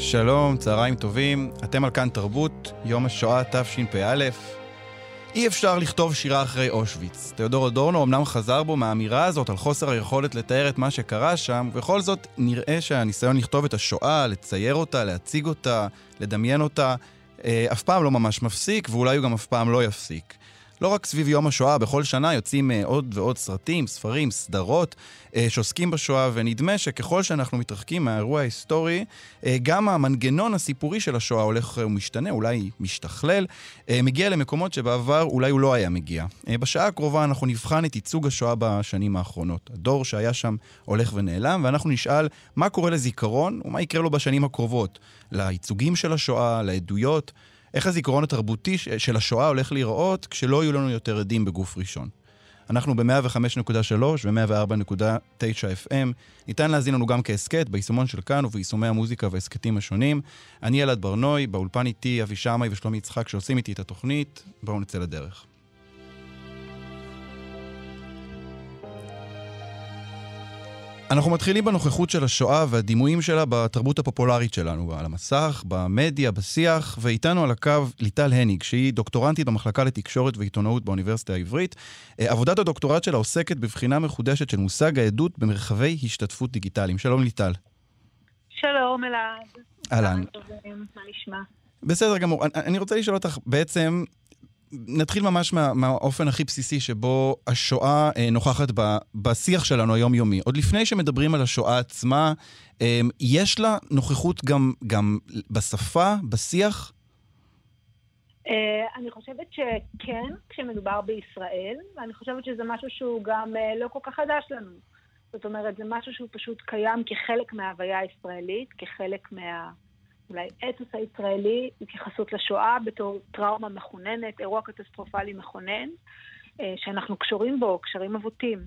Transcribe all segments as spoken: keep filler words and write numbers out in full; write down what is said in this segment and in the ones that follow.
שלום, צהריים טובים, אתם על כאן תרבות, יום השואה תשפ"א. אי אפשר לכתוב שירה אחרי אושוויץ. תיאודור אדורנו אמנם חזר בו מהאמירה הזאת על חוסר היכולת לתאר את מה שקרה שם, ובכל זאת נראה שהניסיון לכתוב את השואה, לצייר אותה, להציג אותה, לדמיין אותה, אף פעם לא ממש מפסיק, ואולי הוא גם אף פעם לא יפסיק. לא רק סביב יום השואה, בכל שנה יוצאים עוד ועוד סרטים, ספרים, סדרות שעוסקים בשואה, ונדמה שככל שאנחנו מתרחקים מהאירוע ההיסטורי, גם המנגנון הסיפורי של השואה הולך ומשתנה, אולי משתכלל, מגיע למקומות שבעבר אולי הוא לא היה מגיע. בשעה הקרובה אנחנו נבחן את ייצוג השואה בשנים האחרונות. הדור שהיה שם הולך ונעלם, ואנחנו נשאל מה קורה לזיכרון ומה יקרה לו בשנים הקרובות, לייצוגים של השואה, לעדויות, איך הזיכרון התרבותי של השואה הולך להיראות כשלא יהיו לנו יותר עדים בגוף ראשון. אנחנו ב-מאה וחמש נקודה שלוש ו-מאה וארבע נקודה תשע אף אם. ניתן להזין לנו גם כעסקט ביישומון של כאן וביישומי המוזיקה והעסקטים השונים. אני אלעד ברנוי, באולפן איתי אבי שמאי ושלומי יצחק שעושים איתי את התוכנית. בואו נצא לדרך. אנחנו מתחילים בנוכחות של השואה והדימויים שלה בתרבות הפופולרית שלנו, על המסך, במדיה, בשיח, ואיתנו על הקו ליטל הניג, שהיא דוקטורנטית במחלקה לתקשורת ועיתונאות באוניברסיטה העברית. עבודת הדוקטורט שלה עוסקת בבחינה מחודשת של מושג העדות במרחבי השתתפות דיגיטליים. שלום ליטל. שלום אלעד. אהלן. מה נשמע? בסדר גמור. אני רוצה לשאול אותך בעצם, נתחיל ממש מה, מהאופן הכי בסיסי שבו השואה אה, נוכחת ב, בשיח שלנו היומיומי. עוד לפני שמדברים על השואה עצמה, אה, יש לה נוכחות גם, גם בשפה, בשיח? אה, אני חושבת שכן, כשמדובר בישראל, ואני חושבת שזה משהו שהוא גם אה, לא כל כך חדש לנו. זאת אומרת, זה משהו שהוא פשוט קיים כחלק מההוויה הישראלית, כחלק מה... אולי אתוס הישראלי, התייחסות לשואה בתור טראומה מכוננת, אירוע קטסטרופלי מכונן, שאנחנו קשורים בו, קשרים אבותים.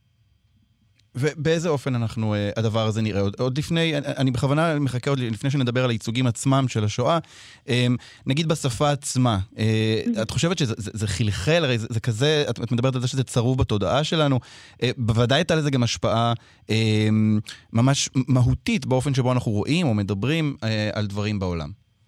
ובאיזה אופן אנחנו, הדבר הזה נראה? עוד, עוד לפני, אני בכוונה מחכה עוד לפני שנדבר על הייצוגים עצמם של השואה, נגיד בשפה עצמה, את חושבת שזה זה, זה חלחל, הרי זה, זה כזה, את, את מדברת על זה שזה צרוב בתודעה שלנו, בוודאי הייתה לזה גם השפעה ממש מהותית באופן שבו אנחנו רואים או מדברים על דברים בעולם.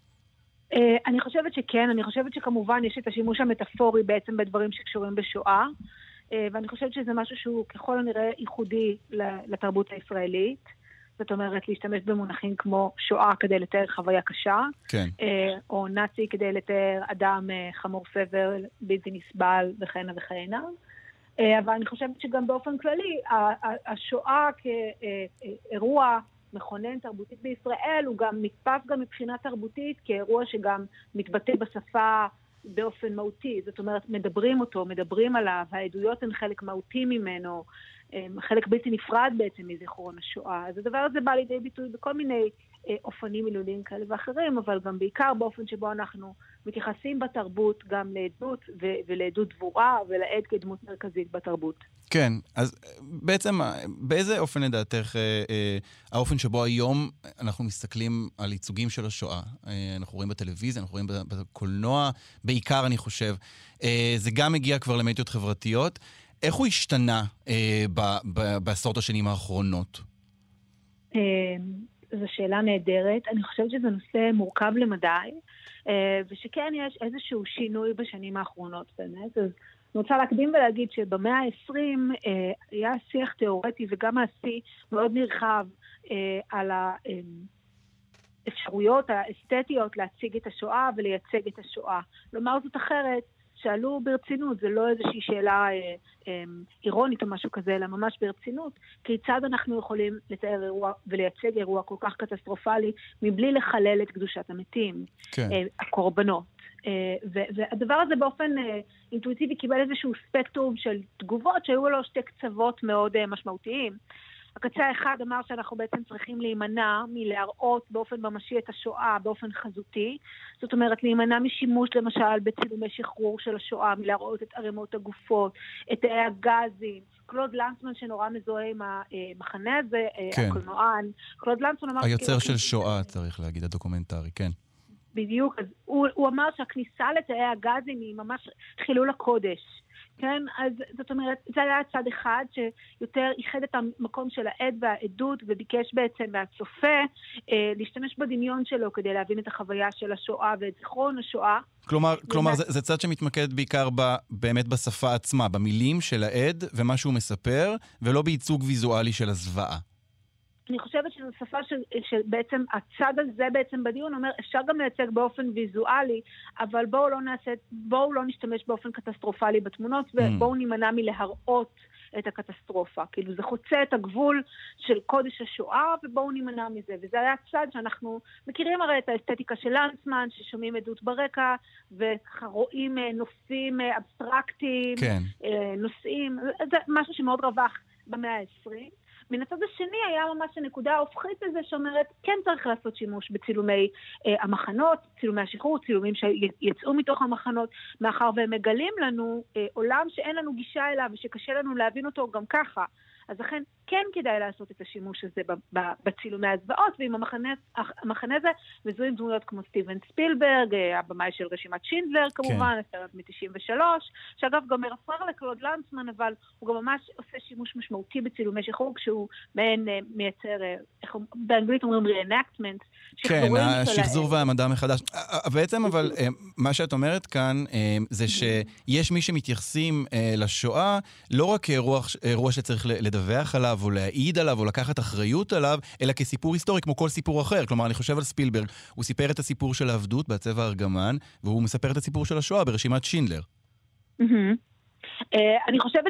אני חושבת שכן, אני חושבת שכמובן יש את השימוש המטאפורי בעצם בדברים שקשורים בשואה, ואני חושבת שזה משהו שהוא ככל הנראה ייחודי לתרבות הישראלית. זאת אומרת, להשתמש במונחים כמו שואה כדי לתאר חוויה קשה, כן. או נאצי כדי לתאר אדם חמור סבל, בלתי נסבל וכהנה וכהנה. אבל אני חושבת שגם באופן כללי, השואה כאירוע מכונן תרבותית בישראל, הוא גם נתפס גם מבחינה תרבותית כאירוע שגם מתבטא בשפה באופן מהותי, זאת אומרת, מדברים אותו, מדברים עליו, העדויות הן חלק מהותי ממנו, חלק בלתי נפרד בעצם מזיכרון השואה. אז הדבר הזה בא לידי ביטוי בכל מיני אופנים מילוליים כאלה ואחרים, אבל גם בעיקר באופן שבו אנחנו מתייחסים בתרבות גם לעדות ו- ולעדות דבורה ולעד כדמות מרכזית בתרבות. כן, אז בעצם באיזה אופן לדעתך, אה, אה, האופן שבו היום אנחנו מסתכלים על ייצוגים של השואה? אה, אנחנו רואים בטלוויזיה, אנחנו רואים בקולנוע, בעיקר אני חושב. אה, זה גם מגיע כבר למדיות חברתיות. איך הוא השתנה אה, ב- ב- בעשרות השנים האחרונות? אה, זו שאלה נהדרת. אני חושבת שזה נושא מורכב למדי, אה, ושכן יש איזשהו שינוי בשנים האחרונות באמת. אז אני רוצה להקדים ולהגיד שבמאה ה-עשרים אה, היה שיח תיאורטי וגם מעשי מאוד נרחב אה, על האפשרויות האסתטיות להציג את השואה ולייצג את השואה. לומר זאת אחרת, שאלו ברצינות, זה לא איזושהי שאלה אה, אה, אירונית או משהו כזה, אלא ממש ברצינות, כיצד אנחנו יכולים לתאר אירוע ולייצג אירוע כל כך קטסטרופלי, מבלי לחלל את קדושת המתים, כן. אה, הקורבנות. והדבר הזה באופן אינטואיטיבי קיבל איזשהו ספקטרום של תגובות שהיו לו שתי קצוות מאוד משמעותיים. הקצה האחד אמר שאנחנו בעצם צריכים להימנע מלהראות באופן ממשי את השואה באופן חזותי. זאת אומרת, להימנע משימוש למשל בצילומי שחרור של השואה, מלהראות את ערימות הגופות, את תאי הגזים. קלוד לנצמן שנורא מזוהה עם המחנה הזה, כן. הקולנוען. קלוד לנצמן אמר... היוצר של שואה, צריך להגיד, הדוקומנטרי, כן. בדיוק, אז הוא, הוא אמר שהכניסה לתאי הגזים היא ממש חילול הקודש, כן, אז זאת אומרת, זה היה צד אחד שיותר איחד את המקום של העד והעדות, וביקש בעצם מהצופה אה, להשתמש בדמיון שלו כדי להבין את החוויה של השואה ואת זיכרון השואה. כלומר, כלומר זה, זה צד שמתמקד בעיקר ב, באמת בשפה עצמה, במילים של העד ומה שהוא מספר, ולא בייצוג ויזואלי של הזוועה. אני חושבת שזו שפה של, שבעצם הצד הזה בעצם בדיון אומר, אפשר גם לייצג באופן ויזואלי, אבל בואו לא נעשה, בואו לא נשתמש באופן קטסטרופלי בתמונות, mm. ובואו נימנע מלהראות את הקטסטרופה. כאילו זה חוצה את הגבול של קודש השואה, ובואו נימנע מזה. וזה היה צד שאנחנו מכירים הרי את האסתטיקה של לנצמן, ששומעים עדות ברקע, ורואים נושאים אבסטרקטיים, כן. נושאים, זה משהו שמאוד רווח במאה העשרים. מן הצד השני היה ממש הנקודה ההופכית לזה שאומרת, כן צריך לעשות שימוש בצילומי אה, המחנות, צילומי השחרור, צילומים שיצאו מתוך המחנות, מאחר והם מגלים לנו אה, עולם שאין לנו גישה אליו ושקשה לנו להבין אותו גם ככה. אז לכן כן כדאי לעשות את השימוש הזה בצילומי הזוועות, ועם המחנה, המחנה הזה מזוהים דמויות כמו סטיבן ספילברג, הבמאי של רשימת שינדלר כמובן, הסרט מ-תשעים ושלוש, שאגב גם מרפרר לקלוד לנצמן, אבל הוא גם ממש עושה שימוש משמעותי בצילומי שחרור, כשהוא מעין מייצר, באנגלית אומרים reenactment. כן, השחזור והמדע מחדש. בעצם אבל מה שאת אומרת כאן, זה שיש מי שמתייחסים לשואה, לא רק כאירוע שצריך לדווח עליו, או להעיד עליו, או לקחת אחריות עליו, אלא כסיפור היסטורי, כמו כל סיפור אחר. כלומר, אני חושב על ספילברג, הוא סיפר את הסיפור של העבדות בצבע הארגמן, והוא מספר את הסיפור של השואה ברשימת שינדלר. אני חושבת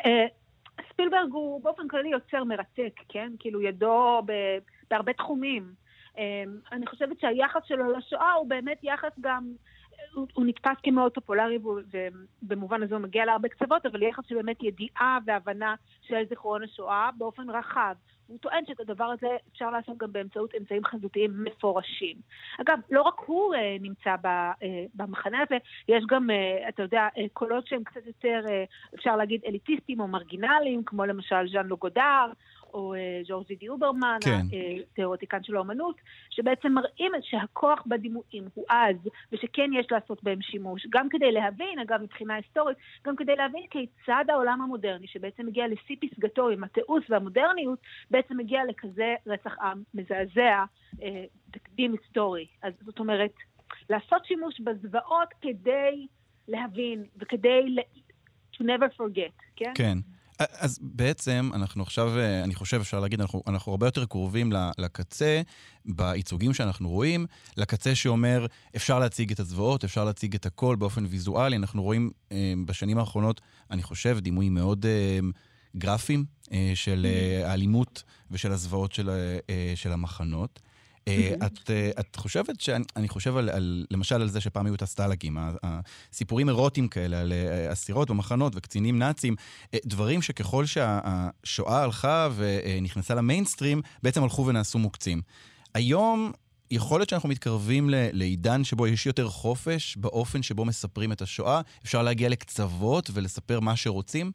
שספילברג הוא באופן כללי יוצר מרתק, כן? כאילו ידו בהרבה תחומים. אני חושבת שהיחס שלו לשואה הוא באמת יחס גם, הוא, הוא נתפס כמאוד פופולרי, ובמובן הזה הוא מגיע להרבה קצוות, אבל יחס שבאמת ידיעה והבנה של זיכרון השואה באופן רחב. הוא טוען שאת הדבר הזה אפשר לעשות גם באמצעות אמצעים חזותיים מפורשים. אגב, לא רק הוא uh, נמצא ב, uh, במחנה הזה, יש גם, uh, אתה יודע, uh, קולות שהם קצת יותר, uh, אפשר להגיד, אליטיסטים או מרגינליים, כמו למשל ז'אן לו גודר, או ז'ורז' די אוברמן, כן. התיאורטיקן של האומנות, שבעצם מראים שהכוח בדימויים הוא אז, ושכן יש לעשות בהם שימוש, גם כדי להבין, אגב, מבחינה היסטורית, גם כדי להבין כיצד העולם המודרני, שבעצם מגיע לשיא פסגתו עם התיאוס והמודרניות, בעצם מגיע לכזה רצח עם מזעזע, תקדים היסטורי. אז זאת אומרת, לעשות שימוש בזוועות כדי להבין, וכדי to never forget, כן? כן. אז בעצם אנחנו עכשיו, אני חושב אפשר להגיד, אנחנו, אנחנו הרבה יותר קרובים לקצה, בעיצוגים שאנחנו רואים, לקצה שאומר אפשר להציג את הזוועות, אפשר להציג את הכל באופן ויזואלי. אנחנו רואים בשנים האחרונות, אני חושב, דימויים מאוד גרפיים של האלימות ושל הזוועות של, של המחנות. את, את חושבת שאני חושב על, על, למשל על זה שפעם היו את הסטלגים, הסיפורים אירוטיים כאלה על אסירות במחנות וקצינים נאצים, דברים שככל שהשואה הלכה ונכנסה למיינסטרים, בעצם הלכו ונעשו מוקצים. היום יכול להיות שאנחנו מתקרבים לעידן שבו יש יותר חופש באופן שבו מספרים את השואה, אפשר להגיע לקצוות ולספר מה שרוצים?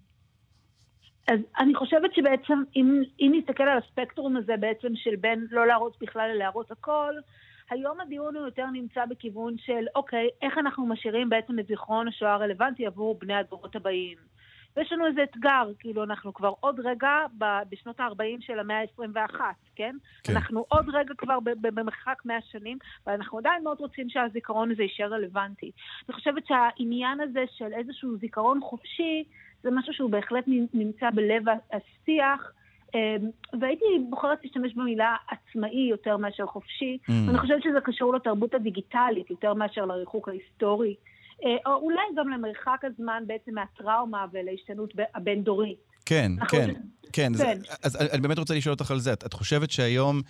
אז אני חושבת שבעצם, אם, אם נסתכל על הספקטרום הזה בעצם של בין לא להראות בכלל להראות הכל, היום הדיון הוא יותר נמצא בכיוון של, אוקיי, איך אנחנו משאירים בעצם את זיכרון השואה הרלוונטי עבור בני הדורות הבאים. ויש לנו איזה אתגר, כאילו אנחנו כבר עוד רגע בשנות ה-ארבעים של המאה ה-עשרים ואחת, כן? כן? אנחנו עוד רגע כבר במרחק מאה שנים, ואנחנו עדיין מאוד רוצים שהזיכרון הזה יישאר רלוונטי. אני חושבת שהעניין הזה של איזשהו זיכרון חופשי, זה משהו שהוא בהחלט נמצא בלב השיח, והייתי בוחרת להשתמש במילה עצמאי יותר מאשר חופשי, mm. ואני חושבת שזה קשור לתרבות הדיגיטלית יותר מאשר לריחוק ההיסטורי, או אולי גם למרחק הזמן בעצם מהטראומה ולהשתנות הבין-דורית. כן, כן, כן. אז אני באמת רוצה לשאול אותך על זה. את חושבת שהיום,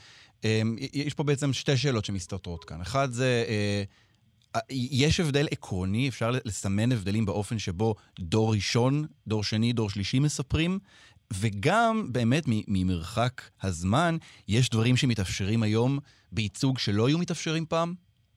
יש פה בעצם שתי שאלות שמסתתרות כאן. אחד זה, יש הבדל עקרוני, אפשר לסמן הבדלים באופן שבו דור ראשון, דור שני, דור שלישי מספרים, וגם באמת ממרחק הזמן, יש דברים שמתאפשרים היום בייצוג שלא היו מתאפשרים פעם?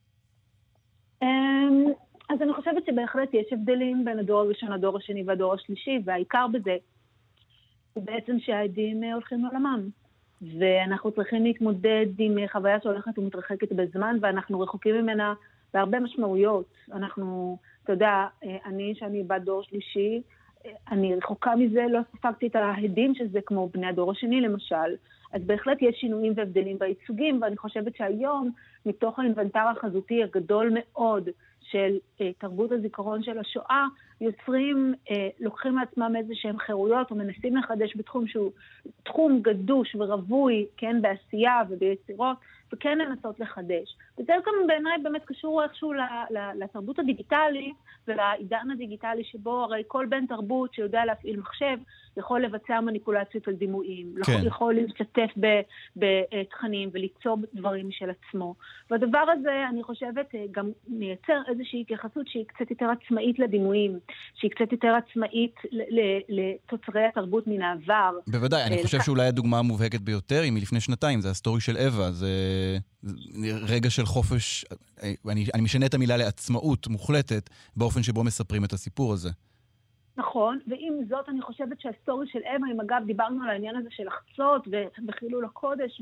אז אני חושבת שבהחלט יש הבדלים בין הדור הראשון, הדור השני והדור השלישי, והעיקר בזה הוא בעצם שהעדים הולכים לעולמם. ואנחנו צריכים להתמודד עם חוויה שהולכת ומתרחקת בזמן, ואנחנו רחוקים ממנה בהרבה משמעויות. אנחנו, אתה יודע, אני שאני בת דור שלישי, אני רחוקה מזה, לא ספגתי את ההדים של זה, כמו בני הדור השני למשל. אז בהחלט יש שינויים והבדלים בייצוגים, ואני חושבת שהיום, מתוך האינבנטר החזותי הגדול מאוד של אה, תרבות הזיכרון של השואה, יוצרים, אה, לוקחים לעצמם איזה שהם חירויות, או מנסים לחדש בתחום שהוא תחום גדוש ורבוי, כן, בעשייה וביצירות, וכן לנסות לחדש. וזה גם בעיניי באמת קשור איכשהו לתרבות הדיגיטלית, ולעידן הדיגיטלי שבו הרי כל בן תרבות שיודע להפעיל מחשב, יכול לבצע מניפולציות על דימויים, כן. יכול להשתתף בתכנים וליצור דברים של עצמו. והדבר הזה, אני חושבת, גם מייצר איזושהי התייחסות שהיא קצת יותר עצמאית לדימויים, שהיא קצת יותר עצמאית לתוצרי התרבות מן העבר. בוודאי, אני חושב שאולי הדוגמה המובהקת ביותר היא מלפני שנתיים, זה הסטורי של אווה, זה רגע של חופש, אני, אני משנה את המילה לעצמאות מוחלטת, באופן שבו מספרים את הסיפור הזה. נכון, ועם זאת אני חושבת שהסטורי של אווה, אם אגב דיברנו על העניין הזה של לחצות וחילול הקודש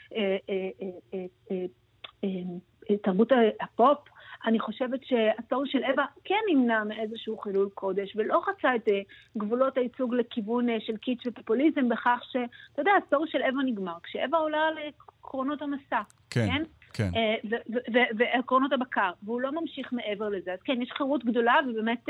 ותרבות הפופ, אני חושבת שהסטורי של אווה כן נמנע מאיזשהו חילול קודש, ולא חצה את גבולות הייצוג לכיוון של קיץ' ופופוליזם, בכך שאתה יודע, הסטורי של אווה נגמר, כשאווה עולה לקרונות המסע, כן? כן? כן. ועקרונות הבקר, והוא לא ממשיך מעבר לזה. אז כן, יש חירות גדולה, ובאמת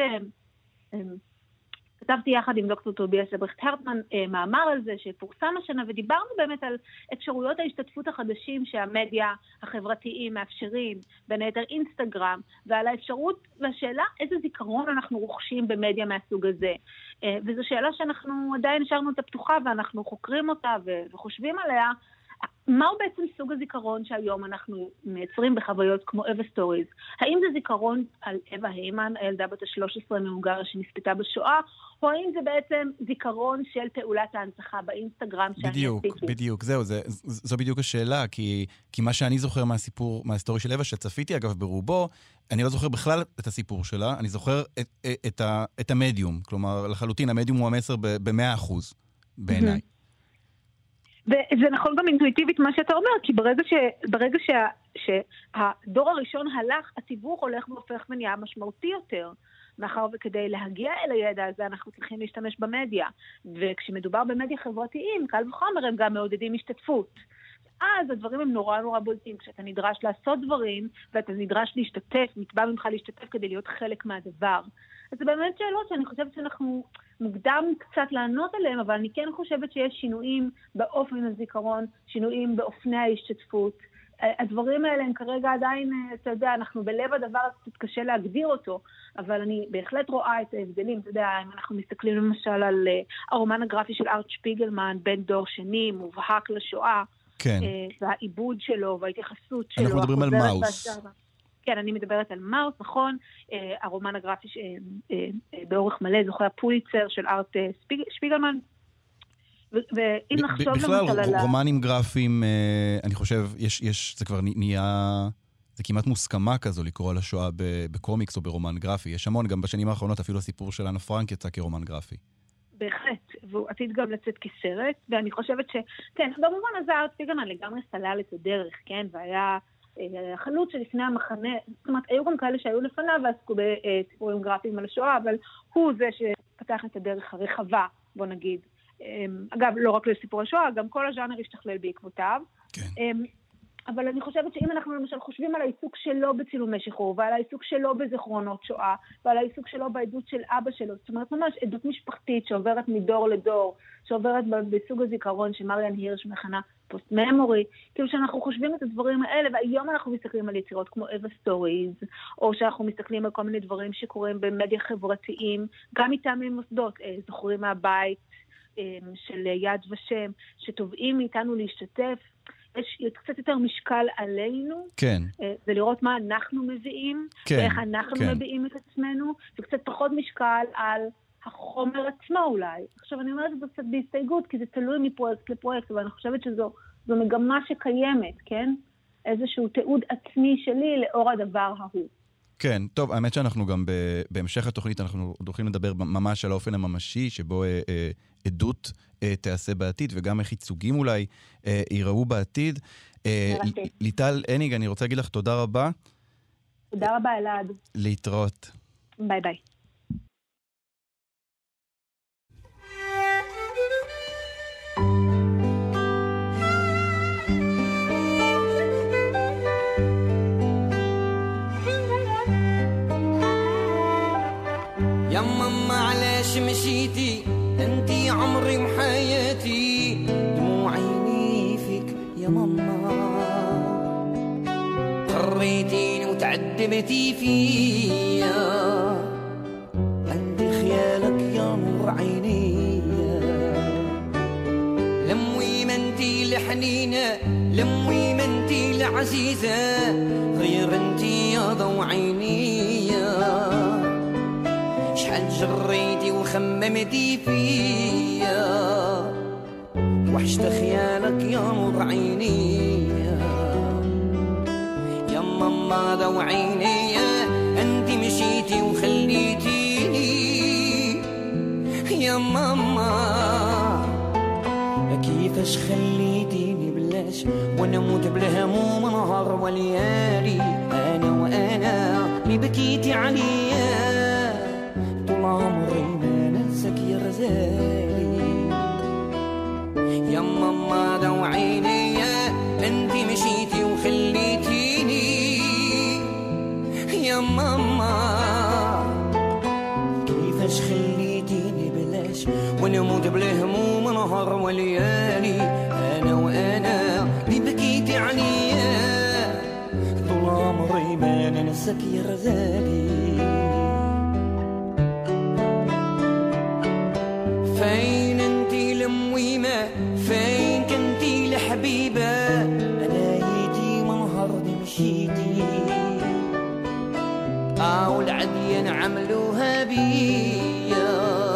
כתבתי יחד עם דוקטור טוביאס לברכט-הרטמן מאמר על זה שפורסם השנה, ודיברנו באמת על אפשרויות ההשתתפות החדשים שהמדיה החברתיים מאפשרים, בין היתר אינסטגרם, ועל האפשרות והשאלה איזה זיכרון אנחנו רוכשים במדיה מהסוג הזה. וזו שאלה שאנחנו עדיין נשארנו אותה פתוחה, ואנחנו חוקרים אותה וחושבים עליה, מהו בעצם סוג הזיכרון שהיום אנחנו מייצרים בחוויות כמו אווה סטוריז? האם זה זיכרון על אווה היימן, הילדה בת ה-שלוש עשרה מהונגריה שנספתה בשואה, או האם זה בעצם זיכרון של פעולת ההנצחה באינסטגרם שאני בדיוק, עשיתי? בדיוק, זהו, זה, זו בדיוק השאלה, כי, כי מה שאני זוכר מהסיפור, מהסטורי של אווה, שצפיתי אגב ברובו, אני לא זוכר בכלל את הסיפור שלה, אני זוכר את, את, את, ה, את המדיום, כלומר, לחלוטין, המדיום הוא המסר ב-מאה אחוז בעיניי. וזה נכון גם אינטואיטיבית מה שאתה אומר, כי ברגע, ש, ברגע שה, שהדור הראשון הלך, התיווך הולך והופך ונהיה משמעותי יותר, מאחר וכדי להגיע אל הידע הזה אנחנו צריכים להשתמש במדיה, וכשמדובר במדיה חברתיים, קל וחומר הם גם מעודדים השתתפות. אז הדברים הם נורא נורא בולטים, כשאתה נדרש לעשות דברים, ואתה נדרש להשתתף, נתבע ממך להשתתף כדי להיות חלק מהדבר. אז זה באמת שאלות שאני חושבת שאנחנו מוקדם קצת לענות עליהן, אבל אני כן חושבת שיש שינויים באופן הזיכרון, שינויים באופני ההשתתפות. הדברים האלה הם כרגע עדיין, אתה יודע, אנחנו בלב הדבר, אז קצת קשה להגדיר אותו, אבל אני בהחלט רואה את ההבדלים. אתה יודע, אם אנחנו מסתכלים למשל על הרומן הגרפי של ארט שפיגלמן, בן דור שני, מובהק לשואה, כן. והעיבוד שלו וההתייחסות שלו. אנחנו מדברים על מאוס. כן, אני מדברת על מאוס, נכון, הרומן הגרפי באורך מלא, זוכה הפוליצר של ארט שפיגלמן. ואם נחשוב בכלל, רומנים גרפיים, אני חושב, יש, זה כבר נהיה, זה כמעט מוסכמה כזו לקרוא על השואה בקומיקס או ברומן גרפי. יש המון, גם בשנים האחרונות, אפילו הסיפור של אנה פרנק יצא כרומן גרפי. בהחלט, והוא עתיד גם לצאת כסרט, ואני חושבת ש... כן, במובן הזה ארט שפיגלמן לגמרי סלל את הדרך, כן, והיה החלוץ שלפני המחנה, זאת אומרת, היו גם כאלה שהיו לפניו ועסקו בסיפורים גרפיים על השואה, אבל הוא זה שפתח את הדרך הרחבה, בוא נגיד. אגב, לא רק לסיפור השואה, גם כל הז'אנר השתכלל בעקבותיו. כן. אבל אני חושבת שאם אנחנו למשל חושבים על העיסוק שלו בצילומי שחרור, ועל העיסוק שלו בזיכרונות שואה, ועל העיסוק שלו בעדות של אבא שלו, זאת אומרת ממש עדות משפחתית שעוברת מדור לדור, שעוברת בסוג הזיכרון שמריאן הירש מכנה פוסט-ממורי, כאילו שאנחנו חושבים את הדברים האלה, והיום אנחנו מסתכלים על יצירות כמו אווה סטוריז, או שאנחנו מסתכלים על כל מיני דברים שקורים במדיה חברתיים, גם מטעמי מוסדות, זוכרים מהבית של יד ושם, שתובעים מאיתנו להשתתף, יש קצת יותר משקל עלינו, כן. זה לראות מה אנחנו מביאים, כן, ואיך אנחנו כן. מביאים את עצמנו, וקצת פחות משקל על החומר עצמו אולי. עכשיו אני אומרת את זה קצת בהסתייגות, כי זה תלוי מפרויקט לפרויקט, אבל אני חושבת שזו זו מגמה שקיימת, כן? איזשהו תיעוד עצמי שלי לאור הדבר ההוא. כן, טוב, האמת שאנחנו גם בהמשך התוכנית, אנחנו הולכים לדבר ממש על האופן הממשי, שבו אה, אה, עדות אה, תעשה בעתיד, וגם איך ייצוגים אולי אה, ייראו בעתיד. אה, ליטל הניג, אני רוצה להגיד לך תודה רבה. תודה רבה, אלעד. להתראות. ביי ביי. يا ماما علاش مشيتي انتي عمري وحياتي دموع عيني فيك يا ماما قريتيني وتعذبتي فيا عندي خيالك يا نور عيني لموي ما انتي لحنينة لموي ما انتي لعزيزة غير انتي يا ضو عيني شحال جريتي وخممتي فيا وحشت خيالك يا نور عيني يا ماما ضو عيني انتي مشيتي وخليتيني يا ماما كيفاش خليتيني بلاش وانا موت بالهموم نهار وليالي انا وانا اللي بكيتي عليا طول عمري ما ننساك يا غزالي يا ماما ضو عيني انتي مشيتي وخليتيني يا ماما كيفاش خليتيني بلاش ونموت بالهموم نهار وليالي انا وانا اللي بكيتي عليا طول عمري ما ننساك يا غزالي فين انتي لمويمة فين كنتي لحبيبة انا يدي من هردي مشيتي او العديان عملوها بيا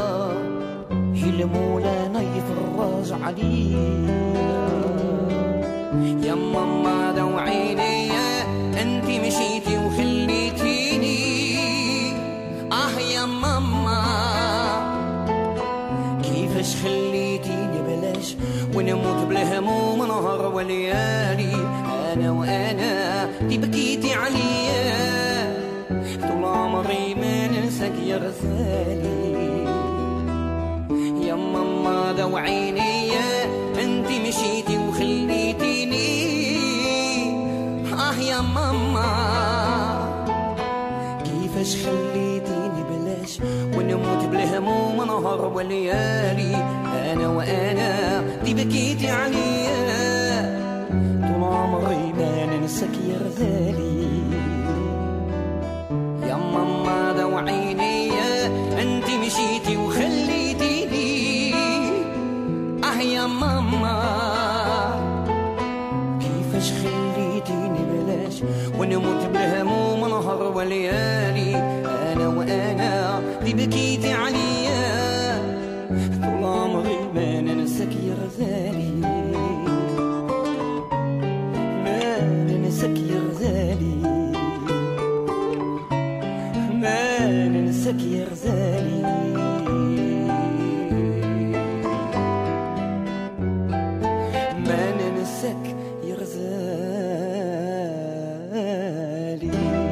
المولانا يفرج عليا يا ماما ضو عيني انتي مشيتي وخليتيني اه يا ماما كيفاش خليتيني بلاش ونموت بالهموم نهار وليالي انا وانا دي بكيتي عليا طول عمري ما ننساك يا غزالي يا ماما ضو عيني انتي مشيتي وخليتيني اه يا ماما كيفاش خليتيني بلاش ونموت بالهموم نهار وليالي انا وانا دي بكيتي عليا طول عمري ما ننساك يا غزالي يا ماما ضو عيني انتي مشيتي وخليتيني يا ماما كيفاش خليتيني بلاش ونموت بالهموم نهار وليالي انا وانا اللي بكيتي عليا طول عمري ما ننساك يا غزالي ما ننساك يا غزالي ما ننساك يا غزالي يا غزالي.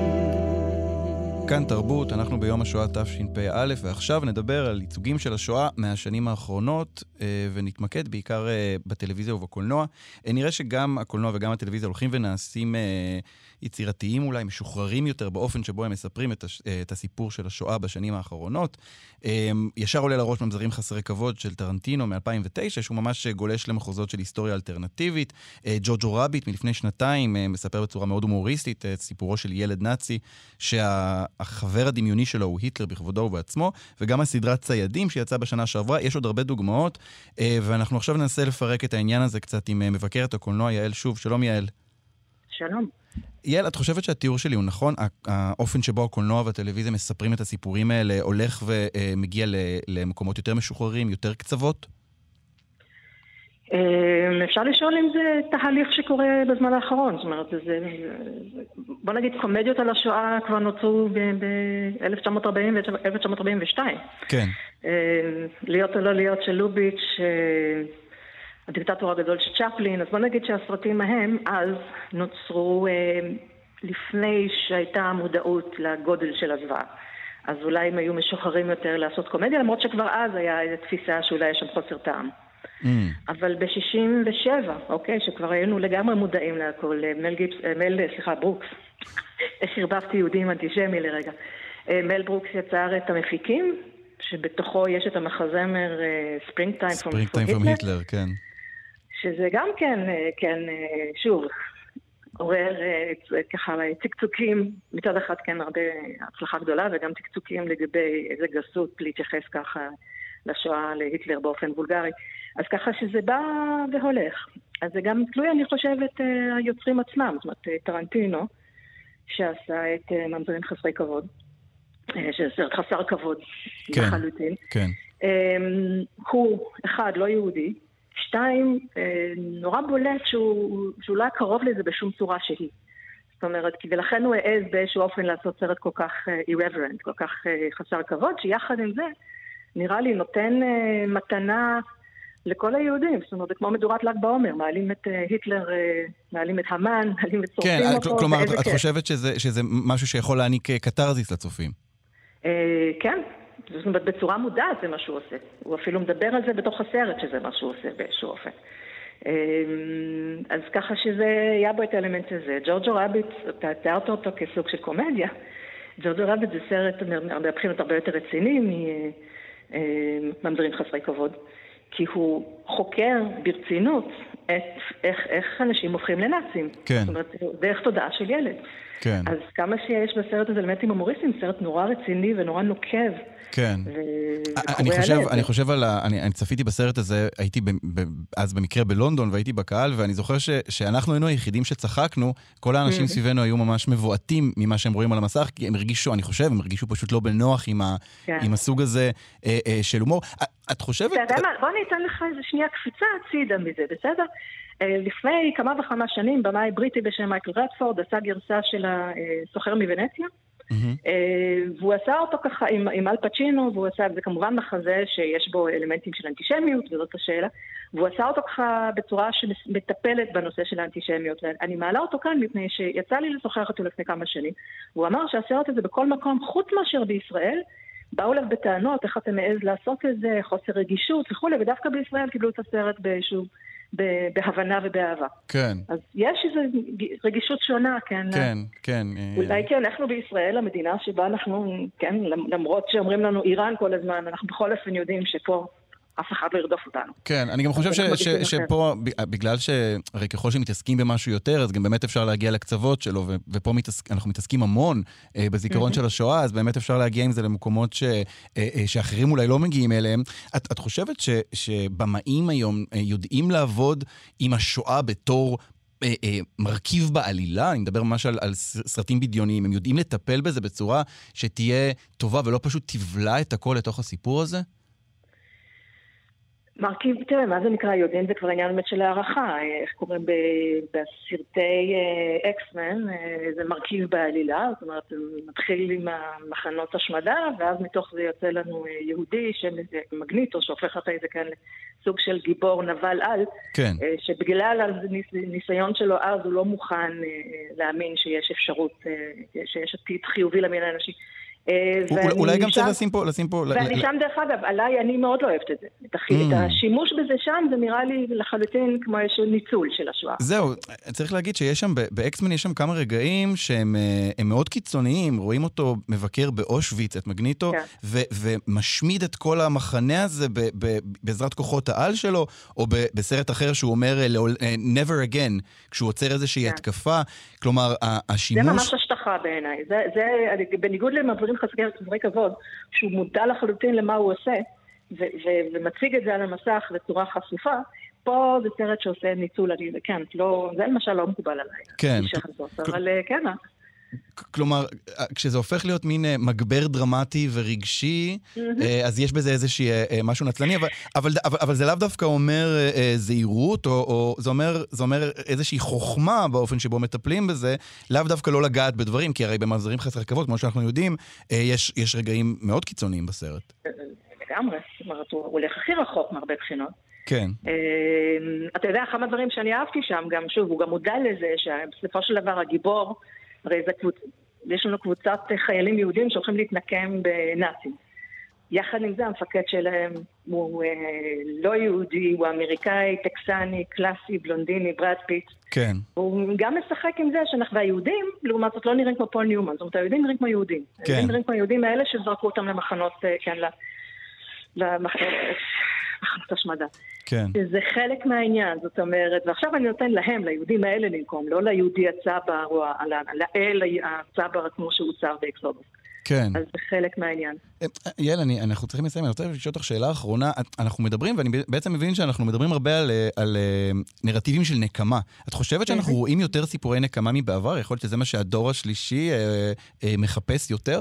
כאן תרבות, אנחנו ביום השואה תשפ"א, ועכשיו נדבר על ייצוגים של השואה מהשנים האחרונות, ונתמקד בעיקר בטלוויזיה ובקולנוע. נראה שגם הקולנוע וגם הטלוויזיה הולכים ונעשים יצירתיים אולי, משוחררים יותר באופן שבו הם מספרים את, הש... את הסיפור של השואה בשנים האחרונות. ישר עולה לראש ממזרים חסרי כבוד של טרנטינו מ-אלפיים ותשע, שהוא ממש גולש למחוזות של היסטוריה אלטרנטיבית. ג'וג'ו רביט מלפני שנתיים מספר בצורה מאוד הומוריסטית את סיפורו של ילד נאצי, שהחבר הדמיוני שלו הוא היטלר בכבודו ובעצמו, וגם הסדרת ציידים שיצאה בשנה שעברה. יש עוד הרבה דוגמאות, ואנחנו עכשיו ננסה לפרק את העניין הזה קצת עם מבקרת הקולנוע יעל שוב. שלום יעל. שלום. יעל, את חושבת שהתיאור שלי הוא נכון? האופן שבו הקולנוע והטלוויזיה מספרים את הסיפורים האלה הולך ומגיע למקומות יותר משוחררים, יותר קצוות? אפשר לשאול אם זה תהליך שקורה בזמן האחרון. זאת אומרת, זה, בוא נגיד, קומדיות על השואה כבר נוצרו ב-אלף תשע מאות ארבעים ו-אלף תשע מאות ארבעים ושתיים. כן. להיות או לא להיות של לוביץ', הדיקטטור הגדול של צ'פלין. אז בוא נגיד שהסרטים ההם אז נוצרו לפני שהייתה מודעות לגודל של הזוועה. אז אולי הם היו משוחררים יותר לעשות קומדיה, למרות שכבר אז היה איזו תפיסה שאולי יש שם חוסר טעם. Mm. אבל ב-שישים ושבע, אוקיי, שכבר היינו לגמרי מודעים להכל, מל גיבס, מל, סליחה, ברוקס, איך הרבבתי יהודים אנטישמי לרגע. מל ברוקס יצר את המפיקים, שבתוכו יש את המחזמר Spring Time from Hitler, כן. שזה גם כן, כן, שוב, עורר ככה צקצוקים, מצד אחד כן הרבה הצלחה גדולה, וגם צקצוקים לגבי איזה גסות להתייחס ככה לשואה להיטלר באופן וולגרי. אז ככה שזה בא והולך. אז זה גם תלוי, אני חושבת, היוצרים עצמם, זאת אומרת, טרנטינו, שעשה את ממזרים חסרי כבוד, שזה סרט חסר כבוד, כן, לחלוטין. כן. הוא, אחד, לא יהודי, שתיים, נורא בולט שהוא, שהוא לא היה קרוב לזה בשום צורה שהיא. זאת אומרת, ולכן הוא העז באיזשהו אופן לעשות סרט כל כך irreverent, כל כך חסר כבוד, שיחד עם זה, נראה לי, נותן מתנה לכל היהודים. זאת אומרת, כמו מדורת ל"ג בעומר, מעלים את היטלר, מעלים את המן, מעלים את צורפים כן, אותו. כלומר, את חושבת שזה, שזה משהו שיכול להעניק קטרזיס לצופים? כן. זאת אומרת, בצורה מודעת זה מה שהוא עושה. הוא אפילו מדבר על זה בתוך הסרט שזה מה שהוא עושה באיזשהו אופן. אז ככה שזה, היה בו את האלמנט הזה. ג'ורג'ו רביט, אתה תיארת אותו כסוג של קומדיה. ג'ורג'ו רביט זה סרט מבחינת הרבה יותר רציני ממזרים חסרי כבוד, כי הוא חוקר ברצינות את איך, איך אנשים הופכים לנאצים. כן. זאת אומרת, דרך תודעה של ילד. כן. אז כמה שיש בסרט הזה אלמנטים הומוריסטיים, סרט נורא רציני ונורא נוקב. כן. אני חושב, אני חושב על ה... אני, אני צפיתי בסרט הזה, הייתי ב, ב, אז במקרה בלונדון והייתי בקהל, ואני זוכר ש, שאנחנו היינו היחידים שצחקנו, כל האנשים סביבנו היו ממש מבועטים ממה שהם רואים על המסך, כי הם הרגישו, אני חושב, הם הרגישו פשוט לא בנוח עם, ה, כן. עם הסוג הזה אה, אה, של הומור. את חושבת... אתה יודע מה, בוא אני אתן לך איזה שנייה קפיצה הצידה מזה, בסדר? לפני כמה וכמה שנים, במאי בריטי בשם מייקל רדפורד, עשה גרסה של הסוחר מוונציה, והוא עשה אותו ככה עם, עם אל פצ'ינו, והוא עשה, זה כמובן מחזה שיש בו אלמנטים של אנטישמיות, וזאת השאלה, והוא עשה אותו ככה בצורה שמטפלת בנושא של האנטישמיות, ואני מעלה אותו כאן מפני שיצא לי לשוחח אותו לפני כמה שנים, והוא אמר שהסרט הזה בכל מקום, חוץ מאשר בישראל, באו לב בטענות, איך אתם מעז לעשות את זה, חוסר רגישות וכו', ודווקא בישראל קיבלו את הסרט באיזשהו בהבנה ובאהבה. כן. אז יש איזו רגישות שונה, כן. כן, כן. אולי כי אנחנו בישראל, המדינה שבה אנחנו, כן, למרות שאומרים לנו איראן כל הזמן, אנחנו בכל אופן יודעים שפה אף אחד לא ירדוף אותנו. כן, אני גם חושב שפה, בגלל שהרי ככל שמתעסקים במשהו יותר, אז גם באמת אפשר להגיע לקצוות שלו, ופה אנחנו מתעסקים המון בזיכרון של השואה, אז באמת אפשר להגיע עם זה למקומות שאחרים אולי לא מגיעים אליהם. את חושבת שבמאים היום יודעים לעבוד עם השואה בתור מרכיב בעלילה? אני מדבר ממש על, על סרטים בדיוניים. הם יודעים לטפל בזה בצורה שתהיה טובה ולא פשוט תבלע את הכל לתוך הסיפור הזה? מרכיב, תראה, מה זה נקרא יודעים? זה כבר עניין באמת של הערכה. איך קוראים בסרטי אקסמן, זה מרכיב בעלילה, זאת אומרת, מתחיל עם המחנות השמדה, ואז מתוך זה יוצא לנו יהודי שמגניטו, שהופך אותה איזה כאן לסוג של גיבור נבל על, כן. שבגלל הניסיון שלו אז הוא לא מוכן להאמין שיש אפשרות, שיש עתיד חיובי למין האנושי. אולי גם צריך לשים פה, לשים פה... ואני שם דרך אגב, עליי אני מאוד לא אוהבת את זה. את השימוש בזה שם, זה נראה לי לחלוטין כמו איזשהו ניצול של השואה. זהו, צריך להגיד שיש שם, באקסמן יש שם כמה רגעים שהם מאוד קיצוניים, רואים אותו מבקר באושוויץ, את מגניטו, ומשמיד את כל המחנה הזה בעזרת כוחות העל שלו, או בסרט אחר שהוא אומר never again, כשהוא עוצר איזושהי התקפה, כלומר, השימוש... זה ממש השטחה בעיניי. זה, בניגוד למבורים חסרי כבוד, שהוא מודע לחלוטין למה הוא עושה, ומציג את זה על המסך בצורה חשופה, פה זה סרט שעושה ניצול, כן, זה למשל לא מקובל עליי. כן. אבל כן, כלומר, כשזה הופך להיות מין מגבר דרמטי ורגשי, אז יש בזה איזושהי משהו נצלני, אבל זה לאו דווקא אומר זהירות, או זה אומר איזושהי חוכמה באופן שבו מטפלים בזה, לאו דווקא לא לגעת בדברים, כי הרי בממזרים חסרי כבוד, כמו שאנחנו יודעים, יש רגעים מאוד קיצוניים בסרט. לגמרי, זאת אומרת, הוא הולך הכי רחוק מהרבה בחינות. כן. אתה יודע, כמה דברים שאני אהבתי שם, גם שוב, הוא גם מודע לזה, שבסופו של דבר הגיבור, הרי זה קבוצ... יש לנו קבוצת חיילים יהודים שהולכים להתנקם בנאצים. יחד עם זה, המפקד שלהם הוא לא יהודי, הוא אמריקאי, טקסני, קלאסי, בלונדיני, ברד פיט. כן. הוא גם משחק עם זה שאנחנו, והיהודים, לעומת זאת, לא נראים כמו פול ניומן. זאת אומרת, היהודים נראים כמו יהודים. כן. היהודים נראים כמו יהודים האלה שזרקו אותם למחנות, כן, למחנות השמדה. כן. זה חלק מהעניין, זאת אומרת, ועכשיו אני נותן להם, ליהודים האלה לנקום, לא ליהודי הצבר או לאל הצבר כמו שהוא צר באקסודוס. כן. אז זה חלק מהעניין. יעל, אנחנו צריכים לסיים, אני רוצה לשאול אותך שאלה אחרונה. אנחנו מדברים, ואני בעצם מבין שאנחנו מדברים הרבה על, על נרטיבים של נקמה. את חושבת שאנחנו רואים יותר סיפורי נקמה מבעבר? יכול להיות שזה מה שהדור השלישי אה, אה, מחפש יותר?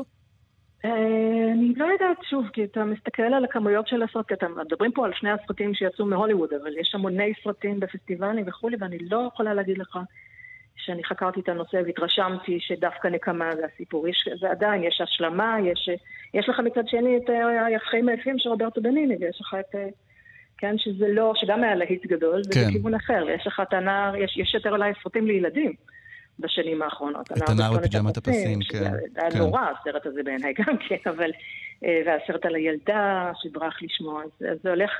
אני לא יודעת שוב, כי אתה מסתכל על הכמויות של הסרט, כי אתם מדברים פה על שני הסרטים שיצאו מהוליווד, אבל יש המוני סרטים בפסטיבלים וכו', ואני לא יכולה להגיד לך שאני חקרתי את הנושא והתרשמתי שדווקא נקמה זה הסיפור. יש, זה עדיין, יש השלמה, יש, יש לך מצד שני את החיים היפים של רוברטו בניני, ויש לך את, כן, שזה לא, שגם היה להיט גדול, זה כן. בכיוון אחר, ויש לך את הנער, יש, יש יותר אולי סרטים לילדים בשנים האחרונות. את הנער בפיג'מת הפסים, כן. זה היה נורא, הסרט הזה בעיניי גם כן, אבל, והסרט על הילדה שברח לשמוע, אז זה הולך...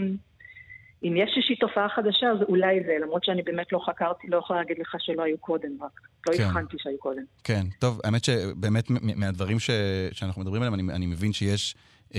אם יש איזושהי תופעה חדשה, אז אולי זה, למרות שאני באמת לא חקרתי, לא יכולה להגיד לך שלא היו קודם, רק לא כן. הבחנתי שהיו קודם. כן, טוב, האמת שבאמת מהדברים ש... שאנחנו מדברים עליהם, אני, אני מבין שיש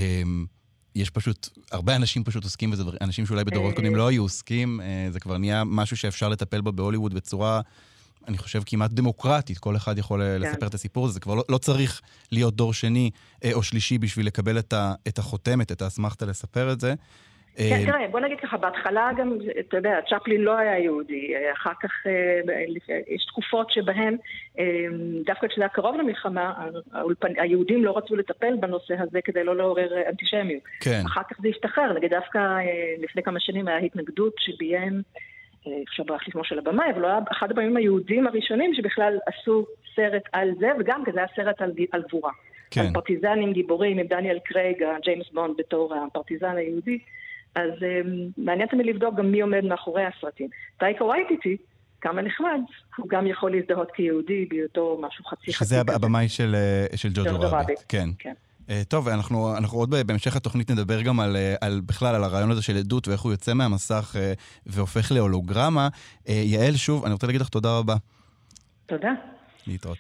יש פשוט, הרבה אנשים פשוט עוסקים בזה, אנשים שאולי בדורות קודמים לא היו עוסקים, זה כבר נהיה משהו שאפשר לטפל בו בהוליווד בצורה, אני חושב, כמעט דמוקרטית, כל אחד יכול כן. לספר את הסיפור הזה, זה כבר לא, לא צריך להיות דור שני או שלישי בשביל לקבל את, ה, את החותמת, את האסמכתה לספר את זה. כן, תראה, בוא נגיד ככה, בהתחלה גם, אתה יודע, צ'פלין לא היה יהודי, אחר כך יש תקופות שבהן, דווקא כשזה היה קרוב למלחמה, היהודים לא רצו לטפל בנושא הזה כדי לא לעורר אנטישמיות. כן. אחר כך זה השתחרר, נגיד דווקא לפני כמה שנים היה התנגדות שביים, אפשר ברח לשמו של הבמה, אבל לא היה אחד הפעמים היהודים הראשונים שבכלל עשו סרט על זה, וגם כזה היה סרט על, על גבורה. כן. על פרטיזנים גיבורים עם דניאל קרייג, ג'יימס בונד בתור הפרטיזן היהודי. אז um, מעניין תמיד לבדוק גם מי עומד מאחורי הסרטים. טייקה וייטיטי, כמה נחמד, הוא גם יכול להזדהות כיהודי בהיותו משהו חצי חצי. שזה הבמאי של, של ג'וג'ו רביט. כן. כן. Uh, טוב, אנחנו, אנחנו עוד בהמשך התוכנית נדבר גם על, על בכלל, על הרעיון הזה של עדות ואיך הוא יוצא מהמסך uh, והופך להולוגרמה. Uh, יעל, שוב, אני רוצה להגיד לך תודה רבה. תודה. להתראות.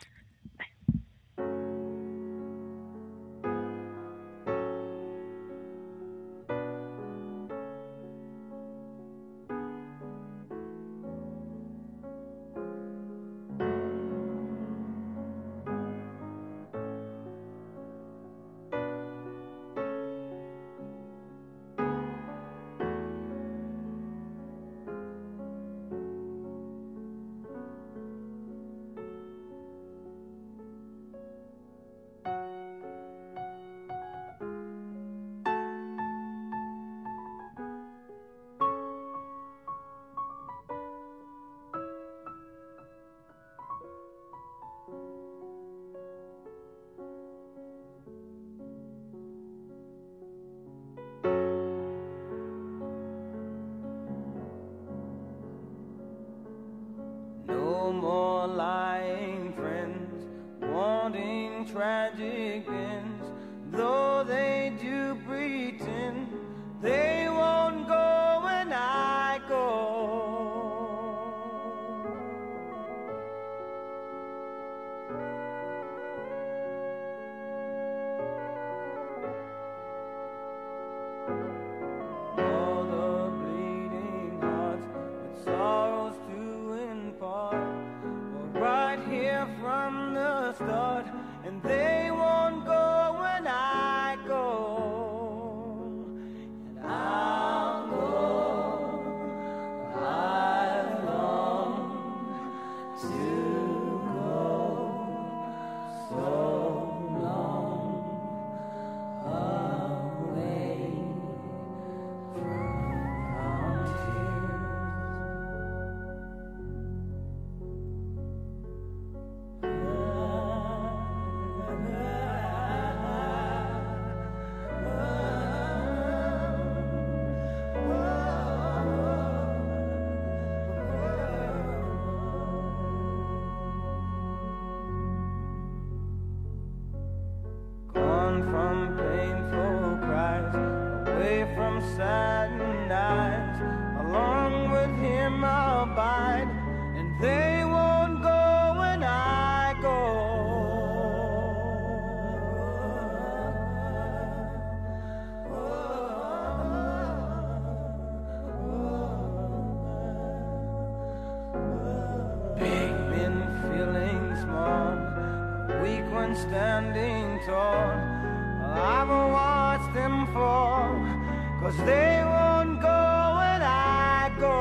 Tragic ends, though they do pretend they won't go when I go. All the bleeding hearts with sorrows to impart were right here from the start. And they won't go when I go, and I'll go. I long to go so long away from tears. one standing tall. I've watched them fall, 'cause they won't go when I go,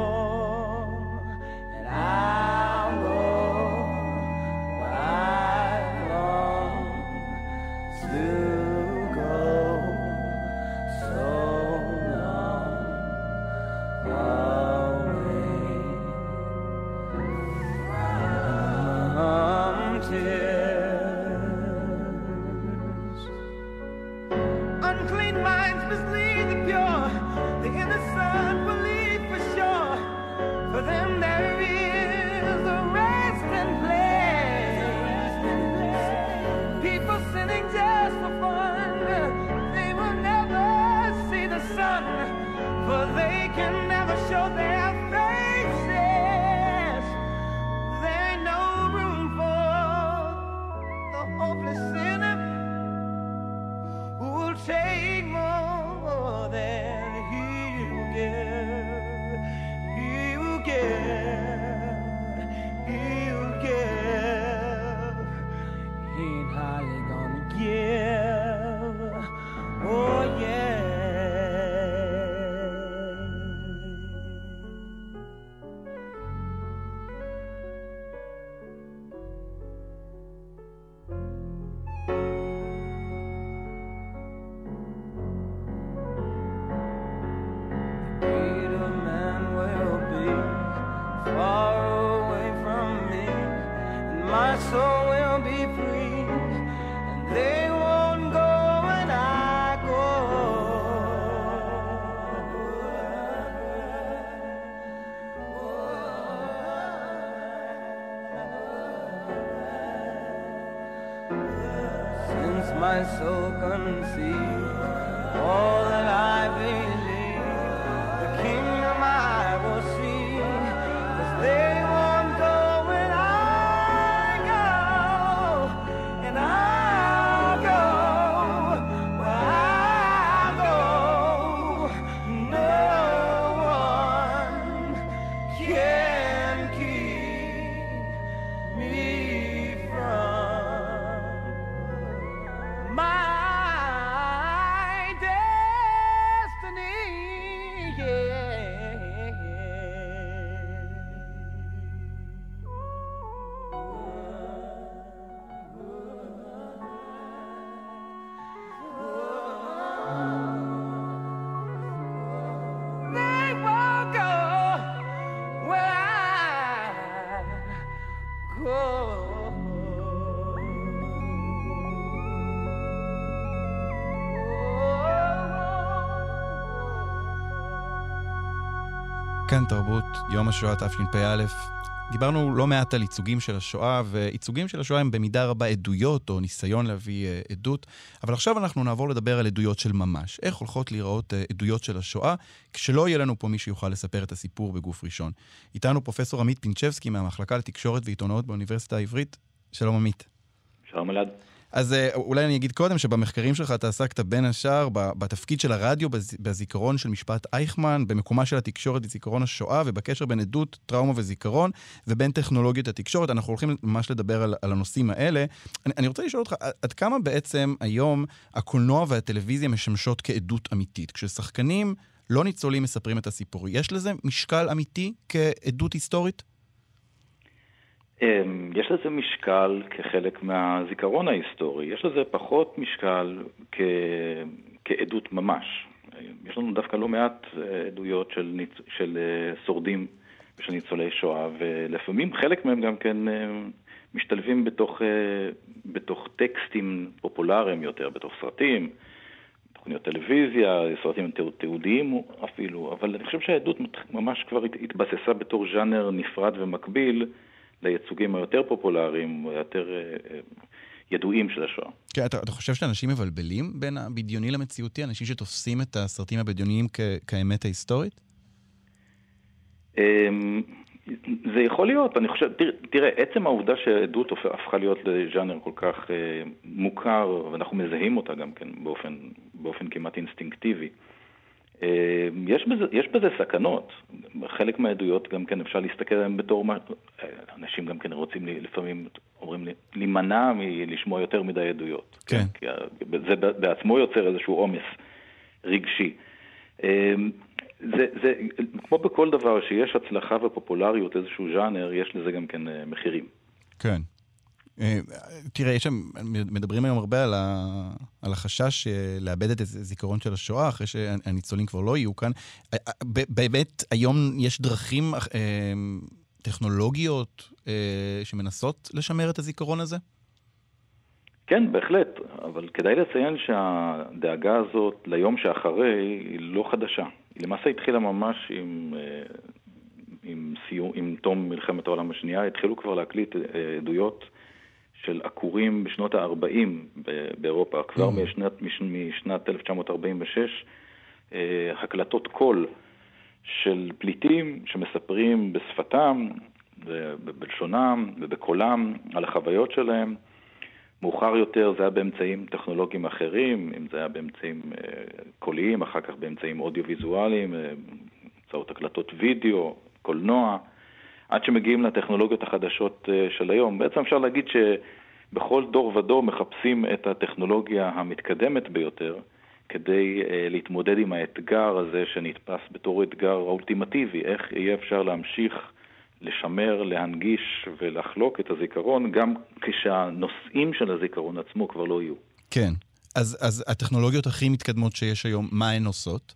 and I'll go where I long to go. So long away from tears. Unclean minds mislead the pure, the innocent believe for sure. For them there is a rest and place. People sinning just for fun, they will never see the sun, for they can never show their faces. There ain't no room for the hopeless sinner who will take more than he will give. He will give. He will give. He ain't hardly gonna give. Oh yeah. Greater man will be far away from me, and my soul will be free, and they won't go when I go. Since my soul conceived all that I believe, the kingdom I will see, 'cause they won't go when I go, and I'll go where I go. No one can keep me from my destiny, they won't go where I go. כאן תרבות, יום השואה תשפ"א. דיברנו לא מעט על ייצוגים של השואה, וייצוגים של השואה הם במידה רבה עדויות או ניסיון להביא uh, עדות, אבל עכשיו אנחנו נעבור לדבר על עדויות של ממש. איך הולכות להיראות uh, עדויות של השואה, כשלא יהיה לנו פה מי שיוכל לספר את הסיפור בגוף ראשון. איתנו פרופסור עמית פינצ'בסקי מהמחלקה לתקשורת ועיתונאות באוניברסיטה העברית. שלום עמית. שלום אלעד. אז אולי אני אגיד קודם שבמחקרים שלך אתה עסקת בין השאר בתפקיד של הרדיו בזיכרון של משפט אייכמן, במקומה של התקשורת בזיכרון השואה, ובקשר בין עדות, טראומה וזיכרון, ובין טכנולוגיות התקשורת. אנחנו הולכים ממש לדבר על, על הנושאים האלה. אני, אני רוצה לשאול אותך, עד כמה בעצם היום הקולנוע והטלוויזיה משמשות כעדות אמיתית? כששחקנים לא ניצולים מספרים את הסיפור, יש לזה משקל אמיתי כעדות היסטורית? יש לזה משקל כחלק מהזיכרון ההיסטורי, יש לזה פחות משקל כ... כעדות ממש. יש לנו דווקא לא מעט עדויות של, ניצ... של שורדים ושל ניצולי שואה, ולפעמים חלק מהם גם כן משתלבים בתוך, בתוך טקסטים פופולריים יותר, בתוך סרטים, תוכניות טלוויזיה, סרטים תיעודיים אפילו, אבל אני חושב שהעדות ממש כבר התבססה בתור ז'אנר נפרד ומקביל לייצוגים היותר פופולריים, היותר ידועים של השואה. כן, אתה, אתה חושב שאנשים מבלבלים בין הבדיוני למציאותי? אנשים שתופסים את הסרטים הבדיוניים כ- כאמת ההיסטורית? זה יכול להיות. אני חושב, תראה, תראה, עצם העובדה שהעדות הפכה להיות לז'אנר כל כך מוכר, ואנחנו מזהים אותה גם כן באופן, באופן כמעט אינסטינקטיבי, יש בזה, יש בזה סכנות. חלק מהעדויות גם כן אפשר להסתכל עליהם בתור מה... אנשים גם כן רוצים לפעמים, אומרים לי, להימנע מלשמוע יותר מדי עדויות. כן. כי זה בעצמו יוצר איזשהו עומס רגשי. זה, זה, כמו בכל דבר שיש הצלחה ופופולריות, איזשהו ז'אנר, יש לזה גם כן מחירים. כן. תראה, יש שם, מדברים היום הרבה על, ה, על החשש לאבד את הזיכרון של השואה, אחרי שהניצולים כבר לא יהיו כאן. באמת, היום יש דרכים טכנולוגיות שמנסות לשמר את הזיכרון הזה? כן, בהחלט, אבל כדאי לציין שהדאגה הזאת ליום שאחרי היא לא חדשה. היא למעשה התחילה ממש עם, עם, סיום, עם תום מלחמת העולם השנייה, התחילו כבר להקליט עדויות של עקורים בשנות ה-ארבעים באירופה, כבר mm. משנת, משנת אלף תשע מאות ארבעים ושש, הקלטות קול של פליטים שמספרים בשפתם, בלשונם ובקולם על החוויות שלהם. מאוחר יותר זה היה באמצעים טכנולוגיים אחרים, אם זה היה באמצעים קוליים, אחר כך באמצעים אודיו-ויזואליים, באמצעות הקלטות וידאו, קולנוע, עד שמגיעים לטכנולוגיות החדשות של היום. בעצם אפשר להגיד שבכל דור ודור מחפשים את הטכנולוגיה המתקדמת ביותר, כדי להתמודד עם האתגר הזה שנתפס בתור אתגר האולטימטיבי, איך יהיה אפשר להמשיך לשמר, להנגיש ולחלוק את הזיכרון, גם כשהנושאים של הזיכרון עצמו כבר לא יהיו. כן. אז, אז הטכנולוגיות הכי מתקדמות שיש היום, מה הן עושות?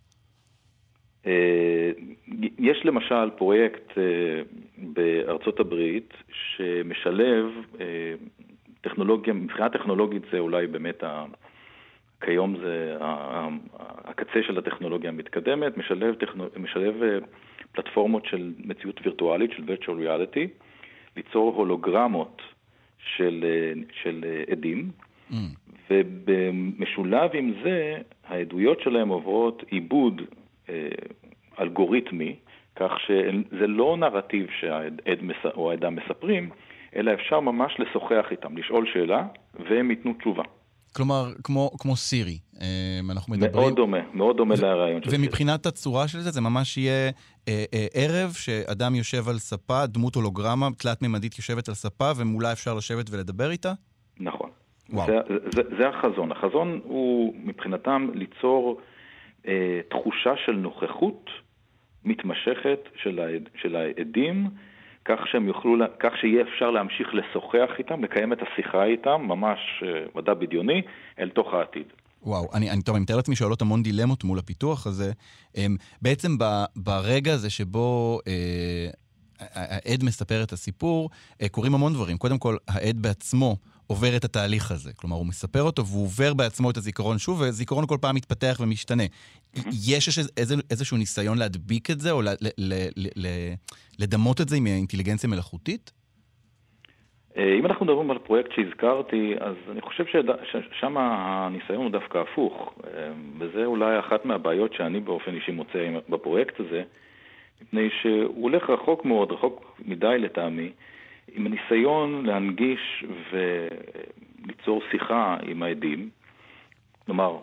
יש למשל פרויקט בארצות הברית שמשלב טכנולוגיה, מבחינה טכנולוגית זה אולי באמת ה... כיום זה הקצה של הטכנולוגיה המתקדמת, משלב, משלב פלטפורמות של מציאות וירטואלית, של virtual reality, ליצור הולוגרמות של, של עדים, mm. ובמשולב עם זה, העדויות שלהם עוברות עיבוד אה, אלגוריתמי, כך שזה לא נרטיב שהעד או העדה מספרים, אלא אפשר ממש לשוחח איתם, לשאול שאלה, והם ייתנו תשובה. כלומר, כמו, כמו סירי, אנחנו מדברים... מאוד דומה, מאוד דומה לרעיון של סירי. ומבחינת הצורה של זה, זה ממש יהיה אה, אה, ערב שאדם יושב על ספה, דמות הולוגרמה, תלת ממדית יושבת על ספה, ומולה אפשר לשבת ולדבר איתה? נכון. זה, זה, זה החזון. החזון הוא מבחינתם ליצור אה, תחושה של נוכחות מתמשכת של, העד, של העדים, כך שהם יוכלו, כך שיהיה אפשר להמשיך לשוחח איתם, לקיים את השיחה איתם, ממש מדע בדיוני, אל תוך העתיד. וואו, אני, אני טוב, אני מתאר לעצמי שעולות המון דילמות מול הפיתוח הזה. בעצם ב, ברגע הזה שבו אה, העד מספר את הסיפור, אה, קוראים המון דברים. קודם כל, העד בעצמו עובר את התהליך הזה. כלומר, הוא מספר אותו והוא עובר בעצמו את הזיכרון שוב, וזיכרון כל פעם מתפתח ומשתנה. יש איזה, איזשהו ניסיון להדביק את זה, או ל, ל, ל, ל, לדמות את זה עם אינטליגנציה מלאכותית? אם אנחנו מדברים על פרויקט שהזכרתי, אז אני חושב ששם הניסיון הוא דווקא הפוך. וזה אולי אחת מהבעיות שאני באופן אישי מוצא בפרויקט הזה, מפני שהוא הולך רחוק מאוד, רחוק מדי לטעמי, עם הניסיון להנגיש וליצור שיחה עם העדים, כלומר,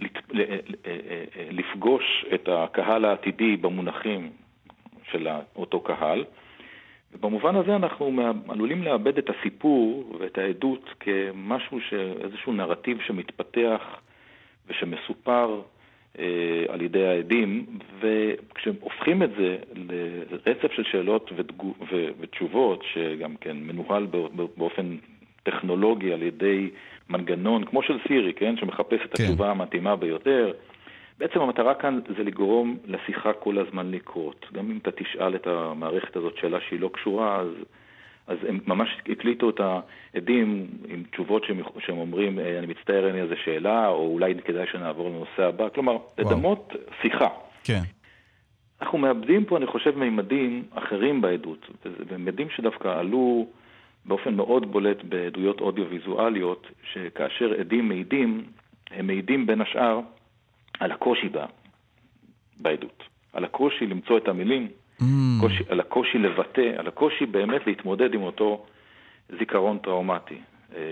לפגוש את הקהל העתידי במונחים של אותו קהל, ובמובן הזה אנחנו עלולים לאבד את הסיפור ואת העדות כמשהו, איזשהו נרטיב שמתפתח ושמסופר אה, על ידי העדים, וכשהופכים את זה לרצף של שאלות ותגו, ו, ותשובות, שגם כן מנוהל באופן טכנולוגי על ידי מנגנון, כמו של סירי, כן, שמחפש את התשובה כן. המתאימה ביותר, בעצם המטרה כאן זה לגרום לשיחה כל הזמן לקרות. גם אם אתה תשאל את המערכת הזאת שאלה שהיא לא קשורה, אז, אז הם ממש הקליטו את העדים עם תשובות שהם, שהם אומרים, אני מצטער, אין לי איזה שאלה, או אולי כדאי שנעבור לנושא הבא. כלומר, לדמות שיחה. כן. אנחנו מאבדים פה, אני חושב, מימדים אחרים בעדות. ומימדים שדווקא עלו באופן מאוד בולט בעדויות אודיו-ויזואליות, שכאשר עדים מעידים, הם מעידים בין השאר, על הקושי בה, בעדות, על הקושי למצוא את המילים, mm. קושי, על הקושי לבטא, על הקושי באמת להתמודד עם אותו זיכרון טראומטי.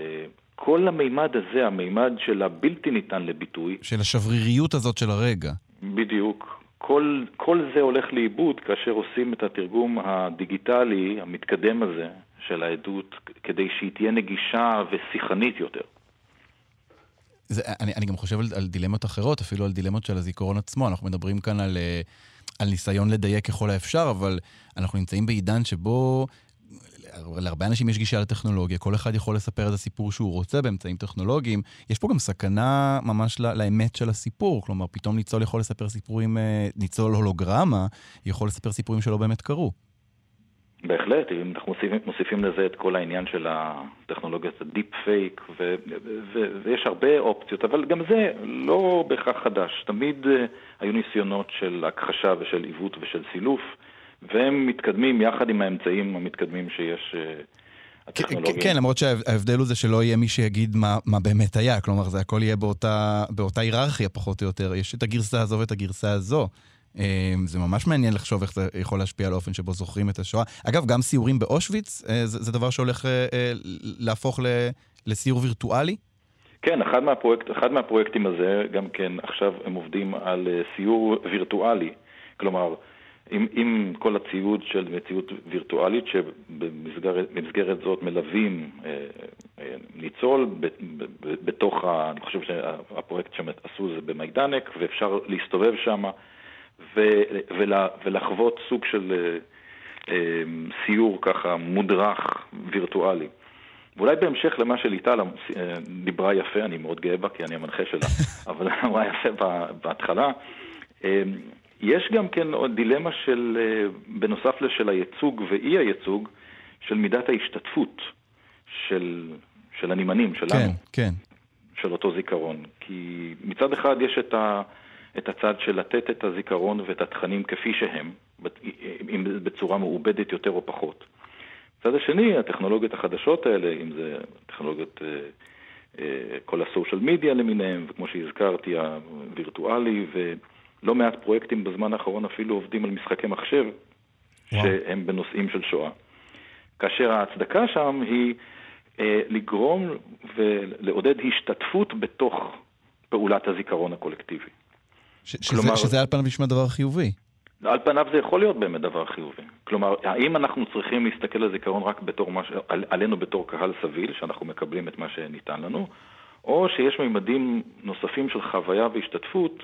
כל המימד הזה, המימד של הבלתי ניתן לביטוי, של השבריריות הזאת של הרגע. בדיוק. כל, כל זה הולך לאיבוד כאשר עושים את התרגום הדיגיטלי, המתקדם הזה, של העדות, כדי שהיא תהיה נגישה ושיחנית יותר. זה, אני, אני גם חושב על, על דילמות אחרות, אפילו על דילמות של הזיכרון עצמו. אנחנו מדברים כאן על, על ניסיון לדייק ככל האפשר, אבל אנחנו נמצאים בעידן שבו להרבה אנשים יש גישה לטכנולוגיה, כל אחד יכול לספר את הסיפור שהוא רוצה באמצעים טכנולוגיים. יש פה גם סכנה ממש לאמת של הסיפור, כלומר, פתאום ניצול יכול לספר סיפורים, ניצול הולוגרמה, יכול לספר סיפורים שלא באמת קרו. בהחלט, אם אנחנו מוסיפים, מוסיפים לזה את כל העניין של הטכנולוגיית הדיפ פייק, ו- ו- ו- ויש הרבה אופציות, אבל גם זה לא בהכרח חדש. תמיד היו ניסיונות של הכחשה ושל עיוות ושל סילוף, והם מתקדמים יחד עם האמצעים המתקדמים שיש הטכנולוגיים. כן, למרות שההבדל הוא זה שלא יהיה מי שיגיד מה, מה באמת היה, כלומר זה הכל יהיה באותה, באותה היררכיה פחות או יותר, יש את הגרסה הזו ואת הגרסה הזו. זה ממש מעניין לחשוב איך זה יכול להשפיע על האופן שבו זוכרים את השואה. אגב, גם סיורים באושוויץ, זה, זה דבר שהולך להפוך לסיור וירטואלי? כן, אחד מהפרויקט, אחד מהפרויקטים הזה, גם כן עכשיו הם עובדים על סיור וירטואלי, כלומר, עם, עם כל הציוד של מציאות וירטואלית, שבמסגרת זאת מלווים אה, אה, ניצול ב, ב, ב, בתוך, ה, אני חושב שהפרויקט שעשו זה במיידנק, ואפשר להסתובב שם ו, ולה, ולחוות סוג של אה, אה, סיור ככה מודרך וירטואלי. ואולי בהמשך למה שליטל דיברה יפה, אני מאוד גאה בה כי אני המנחה שלה, אבל אמרה יפה בהתחלה, אה, יש גם כן עוד דילמה של, בנוסף לשל הייצוג ואי הייצוג, של מידת ההשתתפות של, של הנמנים שלנו. כן, כן. של אותו זיכרון. כי מצד אחד יש את, ה, את הצד של לתת את הזיכרון ואת התכנים כפי שהם, אם בצורה מעובדת יותר או פחות. מצד השני, הטכנולוגיות החדשות האלה, אם זה טכנולוגיות, כל הסושיאל מדיה למיניהם, וכמו שהזכרתי, הווירטואלי, ו... לא מעט פרויקטים בזמן האחרון אפילו עובדים על משחקי מחשב, וואו. שהם בנושאים של שואה. כאשר ההצדקה שם היא אה, לגרום ולעודד השתתפות בתוך פעולת הזיכרון הקולקטיבי. ש- שזה, כלומר, שזה על פניו נשמע דבר חיובי. על פניו זה יכול להיות באמת דבר חיובי. כלומר, האם אנחנו צריכים להסתכל על זיכרון רק בתור מה ש... על, עלינו בתור קהל סביל, שאנחנו מקבלים את מה שניתן לנו, או שיש ממדים נוספים של חוויה והשתתפות,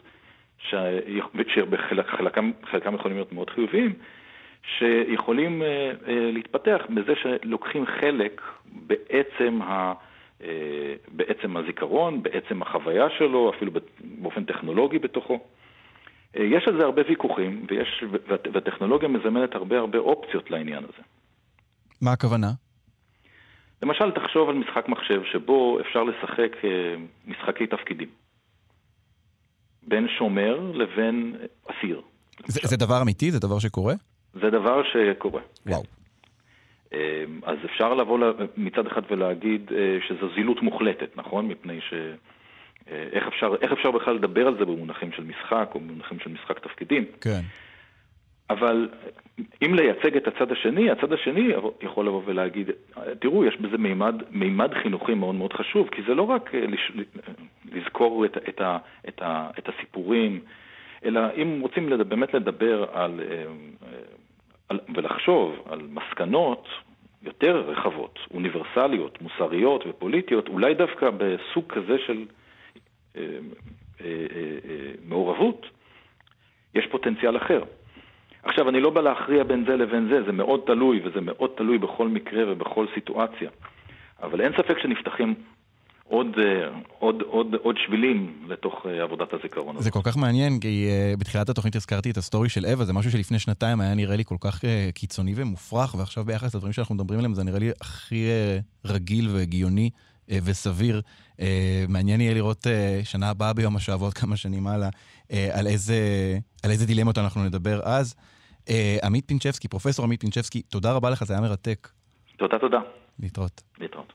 שבחלקם חלקם יכולים להיות מאוד חיוביים, שיכולים uh, uh, להתפתח בזה שלוקחים חלק בעצם, ה, uh, בעצם הזיכרון, בעצם החוויה שלו, אפילו באופן טכנולוגי בתוכו. Uh, יש על זה הרבה ויכוחים, ויש, והטכנולוגיה מזמנת הרבה הרבה אופציות לעניין הזה. מה הכוונה? למשל, תחשוב על משחק מחשב שבו אפשר לשחק uh, משחקי תפקידים. בין שומר לבין אסיר. זה, זה דבר אמיתי? זה דבר שקורה? זה דבר שקורה. וואו. אז אפשר לבוא מצד אחד ולהגיד שזו זילות מוחלטת, נכון? מפני ש... איך אפשר, איך אפשר בכלל לדבר על זה במונחים של משחק או במונחים של משחק תפקידים? כן. אבל אם לייצג את הצד השני, הצד השני יכול לבוא ולהגיד, תראו, יש בזה מימד, מימד חינוכי מאוד מאוד חשוב, כי זה לא רק לזכור את, את, ה, את, ה, את הסיפורים, אלא אם רוצים לדבר, באמת לדבר על, על, ולחשוב על מסקנות יותר רחבות, אוניברסליות, מוסריות ופוליטיות, אולי דווקא בסוג כזה של אה, אה, אה, מעורבות, יש פוטנציאל אחר. עכשיו, אני לא בא להכריע בין זה לבין זה, זה מאוד תלוי, וזה מאוד תלוי בכל מקרה ובכל סיטואציה. אבל אין ספק שנפתחים עוד, עוד, עוד, עוד שבילים לתוך עבודת הזיכרון. זה כל כך מעניין, כי uh, בתחילת התוכנית הזכרתי את הסטורי של אווה, זה משהו שלפני שנתיים היה נראה לי כל כך uh, קיצוני ומופרך, ועכשיו ביחס לדברים שאנחנו מדברים עליהם, זה נראה לי הכי uh, רגיל והגיוני uh, וסביר. Uh, מעניין יהיה לראות uh, שנה הבאה ביום השבועות כמה שנים הלאה, uh, על, איזה, על איזה דילמות אנחנו נדבר אז. Uh, עמית פינצ'בסקי, פרופסור עמית פינצ'בסקי, תודה רבה לך, זה היה מרתק. תודה, תודה. להתראות. להתראות.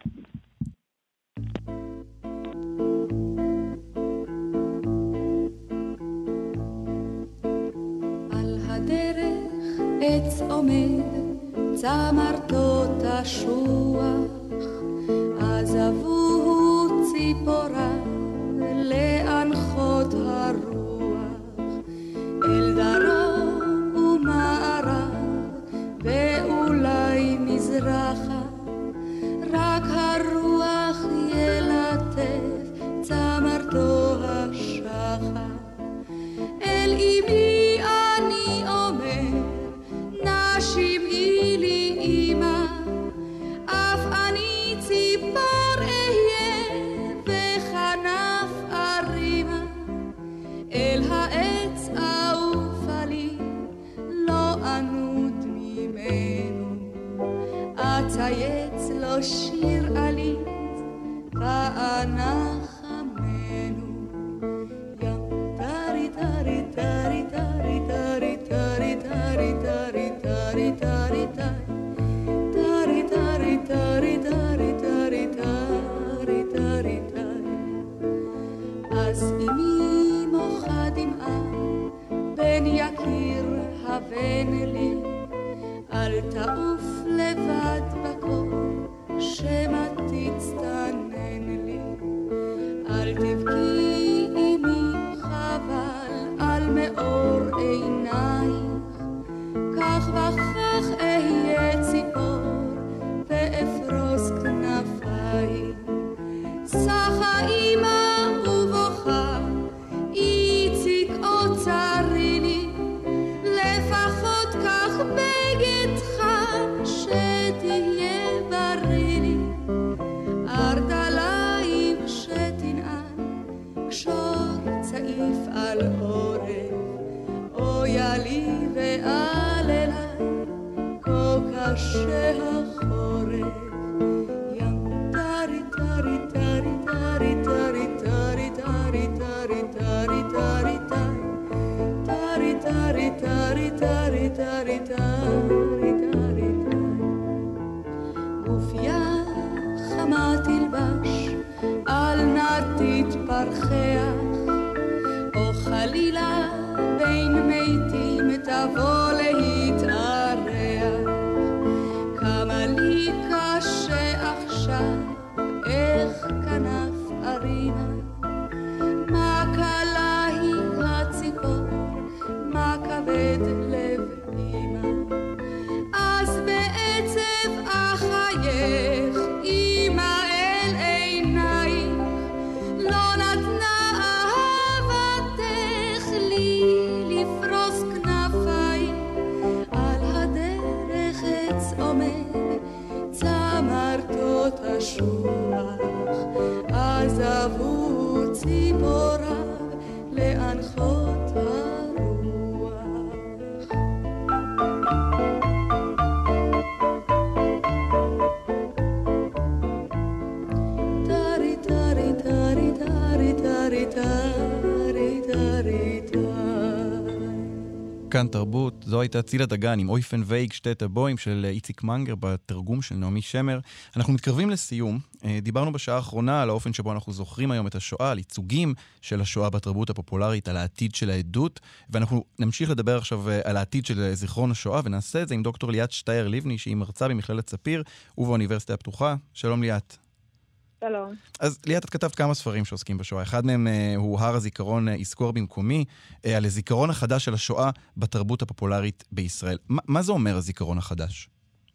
הדרך עץ עומד, צמרתו תשוח, עזבו ציפורה לאנחות הרוח, שיר עליז ואנחמנו ים טרי טרי טרי טרי טרי טרי טרי טרי טרי טרי טרי טרי טרי טרי טרי טרי טרי טרי אז אמי מוחה דמעה בן יקיר הבן לי אל תעוף לבד בכל שמא תצטנן לי אל תבכי אמי חבל על מאור עינייך כך וכך אהיה ציפור ואפרוס כנפיים סחה אמא ובוכה איציק אוצרי לי לפחות כך בגדך שתהיה בריא לי ארדליים שתנען קשור צעיף על עורף אויה לי ועל אליי כה קשה החורף ים טרי טרי טרי טרי טרי טרי טרי טרי טרי טרי טרי טרי טרי טרי טרי טרי טרי גופיה חמה תלבש על נתית פרחח או חלילה בין מתים תבוא להתארח כמה לי קשה עכשיו איך כנף ארימה מה קלה היא הציפור מה כבד לב אמא אז בעצב אחייך אמא אל עינייך לא נתנה אהבתך לי לפרוס כנפיים על הדרך עץ עומד צמרתו תשוח עזבו ציפוריו להנחות הרוח טרי טרי טרי טרי טרי טרי טרי טרי כאן תרבות, זו הייתה צילה דגן עם אויפן וייג שתי טבויים של איציק מנגר בתרגום של נעמי שמר. אנחנו מתקרבים לסיום. דיברנו בשעה האחרונה על האופן שבו אנחנו זוכרים היום את השואה, על ייצוגים של השואה בתרבות הפופולרית, על העתיד של העדות, ואנחנו נמשיך לדבר עכשיו על העתיד של זיכרון השואה, ונעשה את זה עם דוקטור ליאת שטייר לבני, שהיא מרצה במכללת ספיר ובאוניברסיטה הפתוחה. שלום ליאת. שלום. אז ליאת, את כתבת כמה ספרים שעוסקים בשואה. אחד מהם אה, הוא הר הזיכרון יזכור במקומי, אה, על הזיכרון החדש של השואה בתרבות הפופולרית בישראל. ما, מה זה אומר הזיכרון החדש?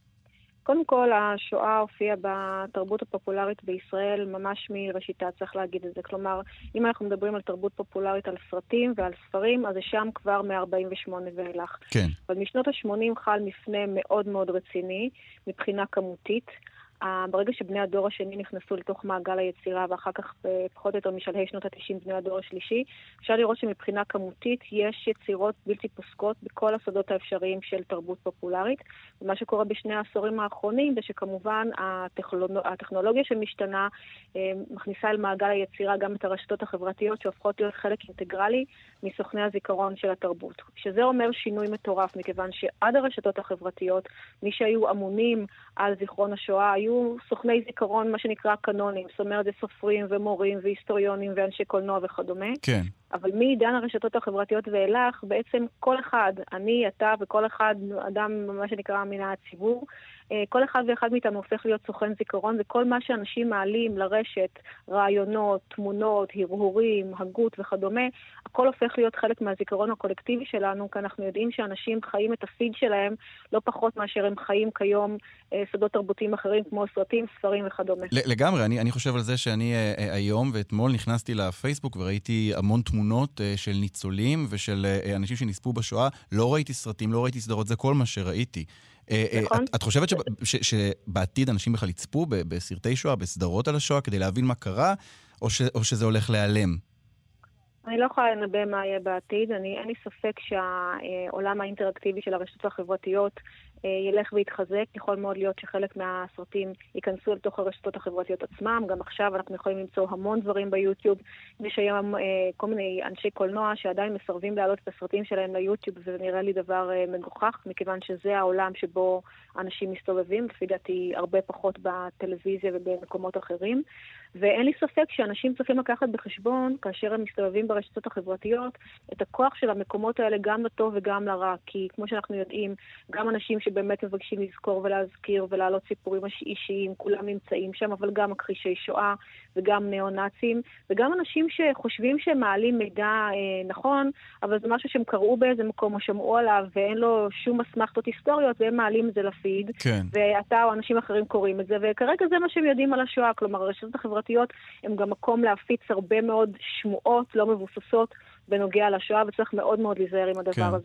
קודם כל, השואה הופיעה בתרבות הפופולרית בישראל ממש מראשיתה, צריך להגיד את זה. כלומר, אם אנחנו מדברים על תרבות פופולרית, על סרטים ועל ספרים, אז זה שם כבר מ-ארבעים ושמונה ואילך. כן. אבל משנות ה-שמונים חל מפנה מאוד מאוד רציני, מבחינה כמותית. ברגע שבני הדור השני נכנסו לתוך מעגל היצירה, ואחר כך פחות או יותר משלהי שנות ה-תשעים בני הדור השלישי, אפשר לראות שמבחינה כמותית יש יצירות בלתי פוסקות בכל השדות האפשריים של תרבות פופולרית. ומה שקורה בשני העשורים האחרונים, זה שכמובן הטכנולוג... הטכנולוגיה שמשתנה מכניסה אל מעגל היצירה גם את הרשתות החברתיות שהופכות להיות חלק אינטגרלי מסוכני הזיכרון של התרבות. שזה אומר שינוי מטורף, מכיוון שעד הרשתות החברתיות, מי שהיו אמונים על זיכרון השואה היו סוכני זיכרון, מה שנקרא קנונים, זאת אומרת, זה סופרים ומורים והיסטוריונים ואנשי קולנוע וכדומה. כן. אבל מעידן הרשתות החברתיות ואילך, בעצם כל אחד, אני, אתה וכל אחד, אדם, מה שנקרא, מן הציבור, כל אחד ואחד מאיתנו הופך להיות סוכן זיכרון, וכל מה שאנשים מעלים לרשת, רעיונות, תמונות, הרהורים, הגות וכדומה, הכל הופך להיות חלק מהזיכרון הקולקטיבי שלנו, כי אנחנו יודעים שאנשים חיים את הפיד שלהם, לא פחות מאשר הם חיים כיום שדות תרבותיים אחרים, כמו סרטים, ספרים וכדומה. לגמרי, אני, אני חושב על זה שאני היום ואתמול נכנסתי לפייסבוק וראיתי המון תמונות של ניצולים ושל אנשים שנספו בשואה, לא ראיתי סרטים, לא ראיתי סדרות, זה כל מה שראיתי. נכון. את, את חושבת שב, ש, שבעתיד אנשים בכלל יצפו בסרטי שואה, בסדרות על השואה, כדי להבין מה קרה, או, ש, או שזה הולך להיעלם? אני לא יכולה לנבא מה יהיה בעתיד. אני, אין לי ספק שהעולם האינטראקטיבי של הרשתות החברתיות ילך ויתחזק. יכול מאוד להיות שחלק מהסרטים ייכנסו לתוך הרשתות החברתיות עצמם. גם עכשיו אנחנו יכולים למצוא המון דברים ביוטיוב. יש היום כל מיני אנשי קולנוע שעדיין מסרבים להעלות את הסרטים שלהם ליוטיוב, וזה נראה לי דבר מגוחך, מכיוון שזה העולם שבו אנשים מסתובבים, לפי דעתי הרבה פחות בטלוויזיה ובמקומות אחרים. ואין לי ספק שאנשים צריכים לקחת בחשבון, כאשר הם מסתובבים ברשתות החברתיות, את הכוח של המקומות האלה גם לטוב וגם לרע. כי כמו שאנחנו יודעים, גם אנשים שבאמת מבקשים לזכור ולהזכיר ולהעלות סיפורים אישיים, כולם נמצאים שם, אבל גם מכחישי שואה וגם ניאו-נאצים, וגם אנשים שחושבים שהם מעלים מידע אה, נכון, אבל זה משהו שהם קראו באיזה מקום או שמעו עליו, ואין לו שום אסמכתות היסטוריות, והם מעלים את זה לפיד, כן. ואתה או אנשים אחרים קוראים את זה, וכרגע זה מה שהם יודעים על השואה. כלומר, הרשתות החברתיות הם גם מקום להפיץ הרבה מאוד שמועות לא מבוססות בנוגע לשואה, וצריך מאוד מאוד להיזהר עם הדבר כן. הזה.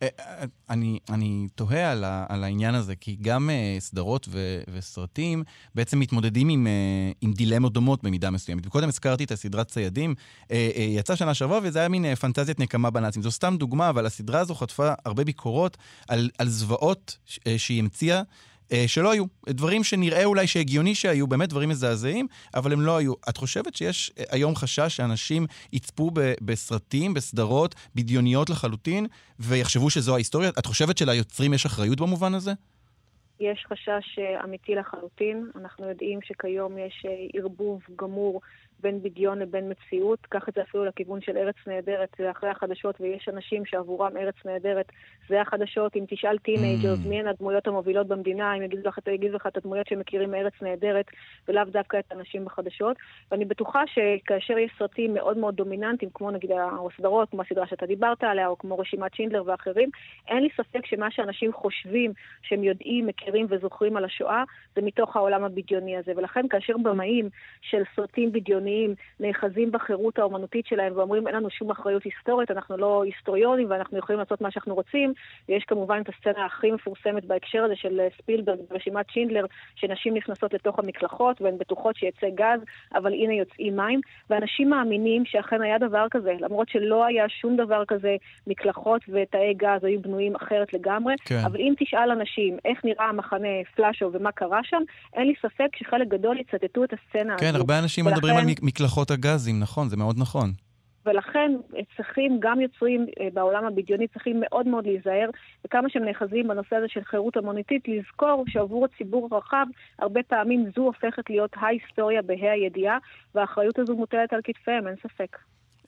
אני, אני תוהה על, ה, על העניין הזה, כי גם uh, סדרות ו, וסרטים בעצם מתמודדים עם, uh, עם דילמות דומות במידה מסוימת. וקודם הזכרתי את הסדרת ציידים, uh, uh, יצא שנה שעברה, וזה היה מין uh, פנטזיית נקמה בנאצים. זו סתם דוגמה, אבל הסדרה הזו חטפה הרבה ביקורות על, על זוועות uh, שהיא המציאה, שלא היו. דברים שנראה אולי שהגיוני שהיו, באמת דברים מזעזעים, אבל הם לא היו. את חושבת שיש היום חשש שאנשים יצפו ב- בסרטים, בסדרות, בדיוניות לחלוטין, ויחשבו שזו ההיסטוריה? את חושבת שליוצרים יש אחריות במובן הזה? יש חשש אמיתי לחלוטין. אנחנו יודעים שכיום יש ערבוב גמור בין בדיון לבין מציאות. קח את זה אפילו לכיוון של ארץ נהדרת, זה אחרי החדשות, ויש אנשים שעבורם ארץ נהדרת זה החדשות. אם תשאל טינאג'רס מי הן הדמויות המובילות במדינה, הם יגידו לך, יגידו לך את הדמויות שמכירים מארץ נהדרת, ולאו דווקא את האנשים בחדשות. ואני בטוחה שכאשר יש סרטים מאוד מאוד דומיננטיים, כמו נגיד הסדרות, כמו הסדרה שאתה דיברת עליה, או כמו רשימת שינדלר ואחרים, אין לי ספק שמה שאנשים חושבים שהם יודעים, מכירים וזוכרים על השואה, זה מתוך העולם הבדיוני הזה. ולכן כאשר במאים של סרטים בדיוניים נאחזים בחירות האומנותית שלהם ואומרים, אין לנו שום אחריות היסטורית, אנחנו לא היסטוריונים ואנחנו יכולים לעשות מה שאנחנו רוצים, ויש כמובן את הסצנה הכי מפורסמת בהקשר הזה של ספילברג ברשימת שינדלר, שנשים נכנסות לתוך המקלחות והן בטוחות שיצא גז, אבל הנה יוצאים מים, ואנשים מאמינים שאכן היה דבר כזה, למרות שלא היה שום דבר כזה, מקלחות ותאי גז היו בנויים אחרת לגמרי, כן. אבל אם תשאל אנשים איך נראה המחנה פלאשו ומה קרה שם, אין לי ספק שחלק גדול יצטטו את הסצנה כן, הזו. הרבה אנשים ולכן... מדברים על מקלחות הגזים, נכון, זה מאוד נכון. ולכן צריכים, גם יוצרים בעולם הבדיוני, צריכים מאוד מאוד להיזהר, וכמה שהם נאחזים בנושא הזה של חירות המוניטית, לזכור שעבור הציבור הרחב, הרבה פעמים זו הופכת להיות ההיסטוריה בה"א הידיעה, והאחריות הזו מוטלת על כתפיהם, אין ספק.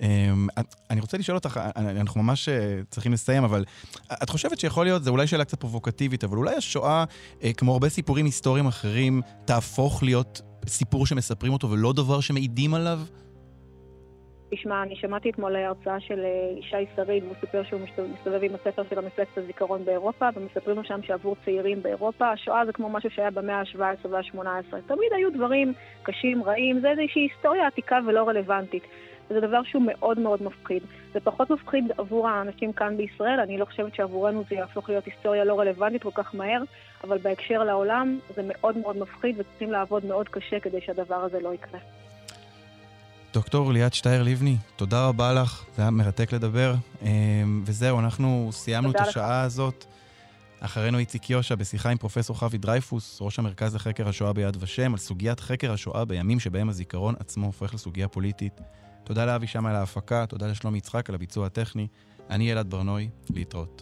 אני רוצה לשאול אותך, אנחנו ממש צריכים לסיים, אבל את חושבת שיכול להיות, זה אולי שאלה קצת פרובוקטיבית, אבל אולי השואה, כמו הרבה סיפורים היסטוריים אחרים, תהפוך להיות סיפור שמספרים אותו ולא דבר שמעידים עליו? תשמע, אני שמעתי אתמול הרצאה של ישי שריד, והוא סיפר שהוא מסתובב עם הספר של המפלצת הזיכרון באירופה, ומספרים לו שם שעבור צעירים באירופה, השואה זה כמו משהו שהיה במאה ה-שבע עשרה וה-שמונה עשרה. תמיד היו דברים קשים, רעים, זה איזושהי היסטוריה עתיקה ולא רלוונטית. וזה דבר שהוא מאוד מאוד מפחיד. זה פחות מפחיד עבור האנשים כאן בישראל, אני לא חושבת שעבורנו זה יהפוך להיות היסטוריה לא רלוונטית כל כך מהר, אבל בהקשר לעולם זה מאוד מאוד מפחיד, וצריכים לעבוד מאוד קשה כדי שהדבר הזה לא יקרה. דוקטור ליאת שטייר לבני, תודה רבה לך, זה היה מרתק לדבר, וזהו, אנחנו סיימנו את השעה הזאת. אחרינו איציק יושע בשיחה עם פרופסור חבי דרייפוס, ראש המרכז לחקר השואה ביד ושם, על סוגיית חקר השואה בימים שבהם הזיכרון עצמו הופך לסוגיה פוליטית. תודה לאבי שמה על ההפקה, תודה לשלומי יצחק על הביצוע הטכני. אני אלעד ברנוי, להתראות.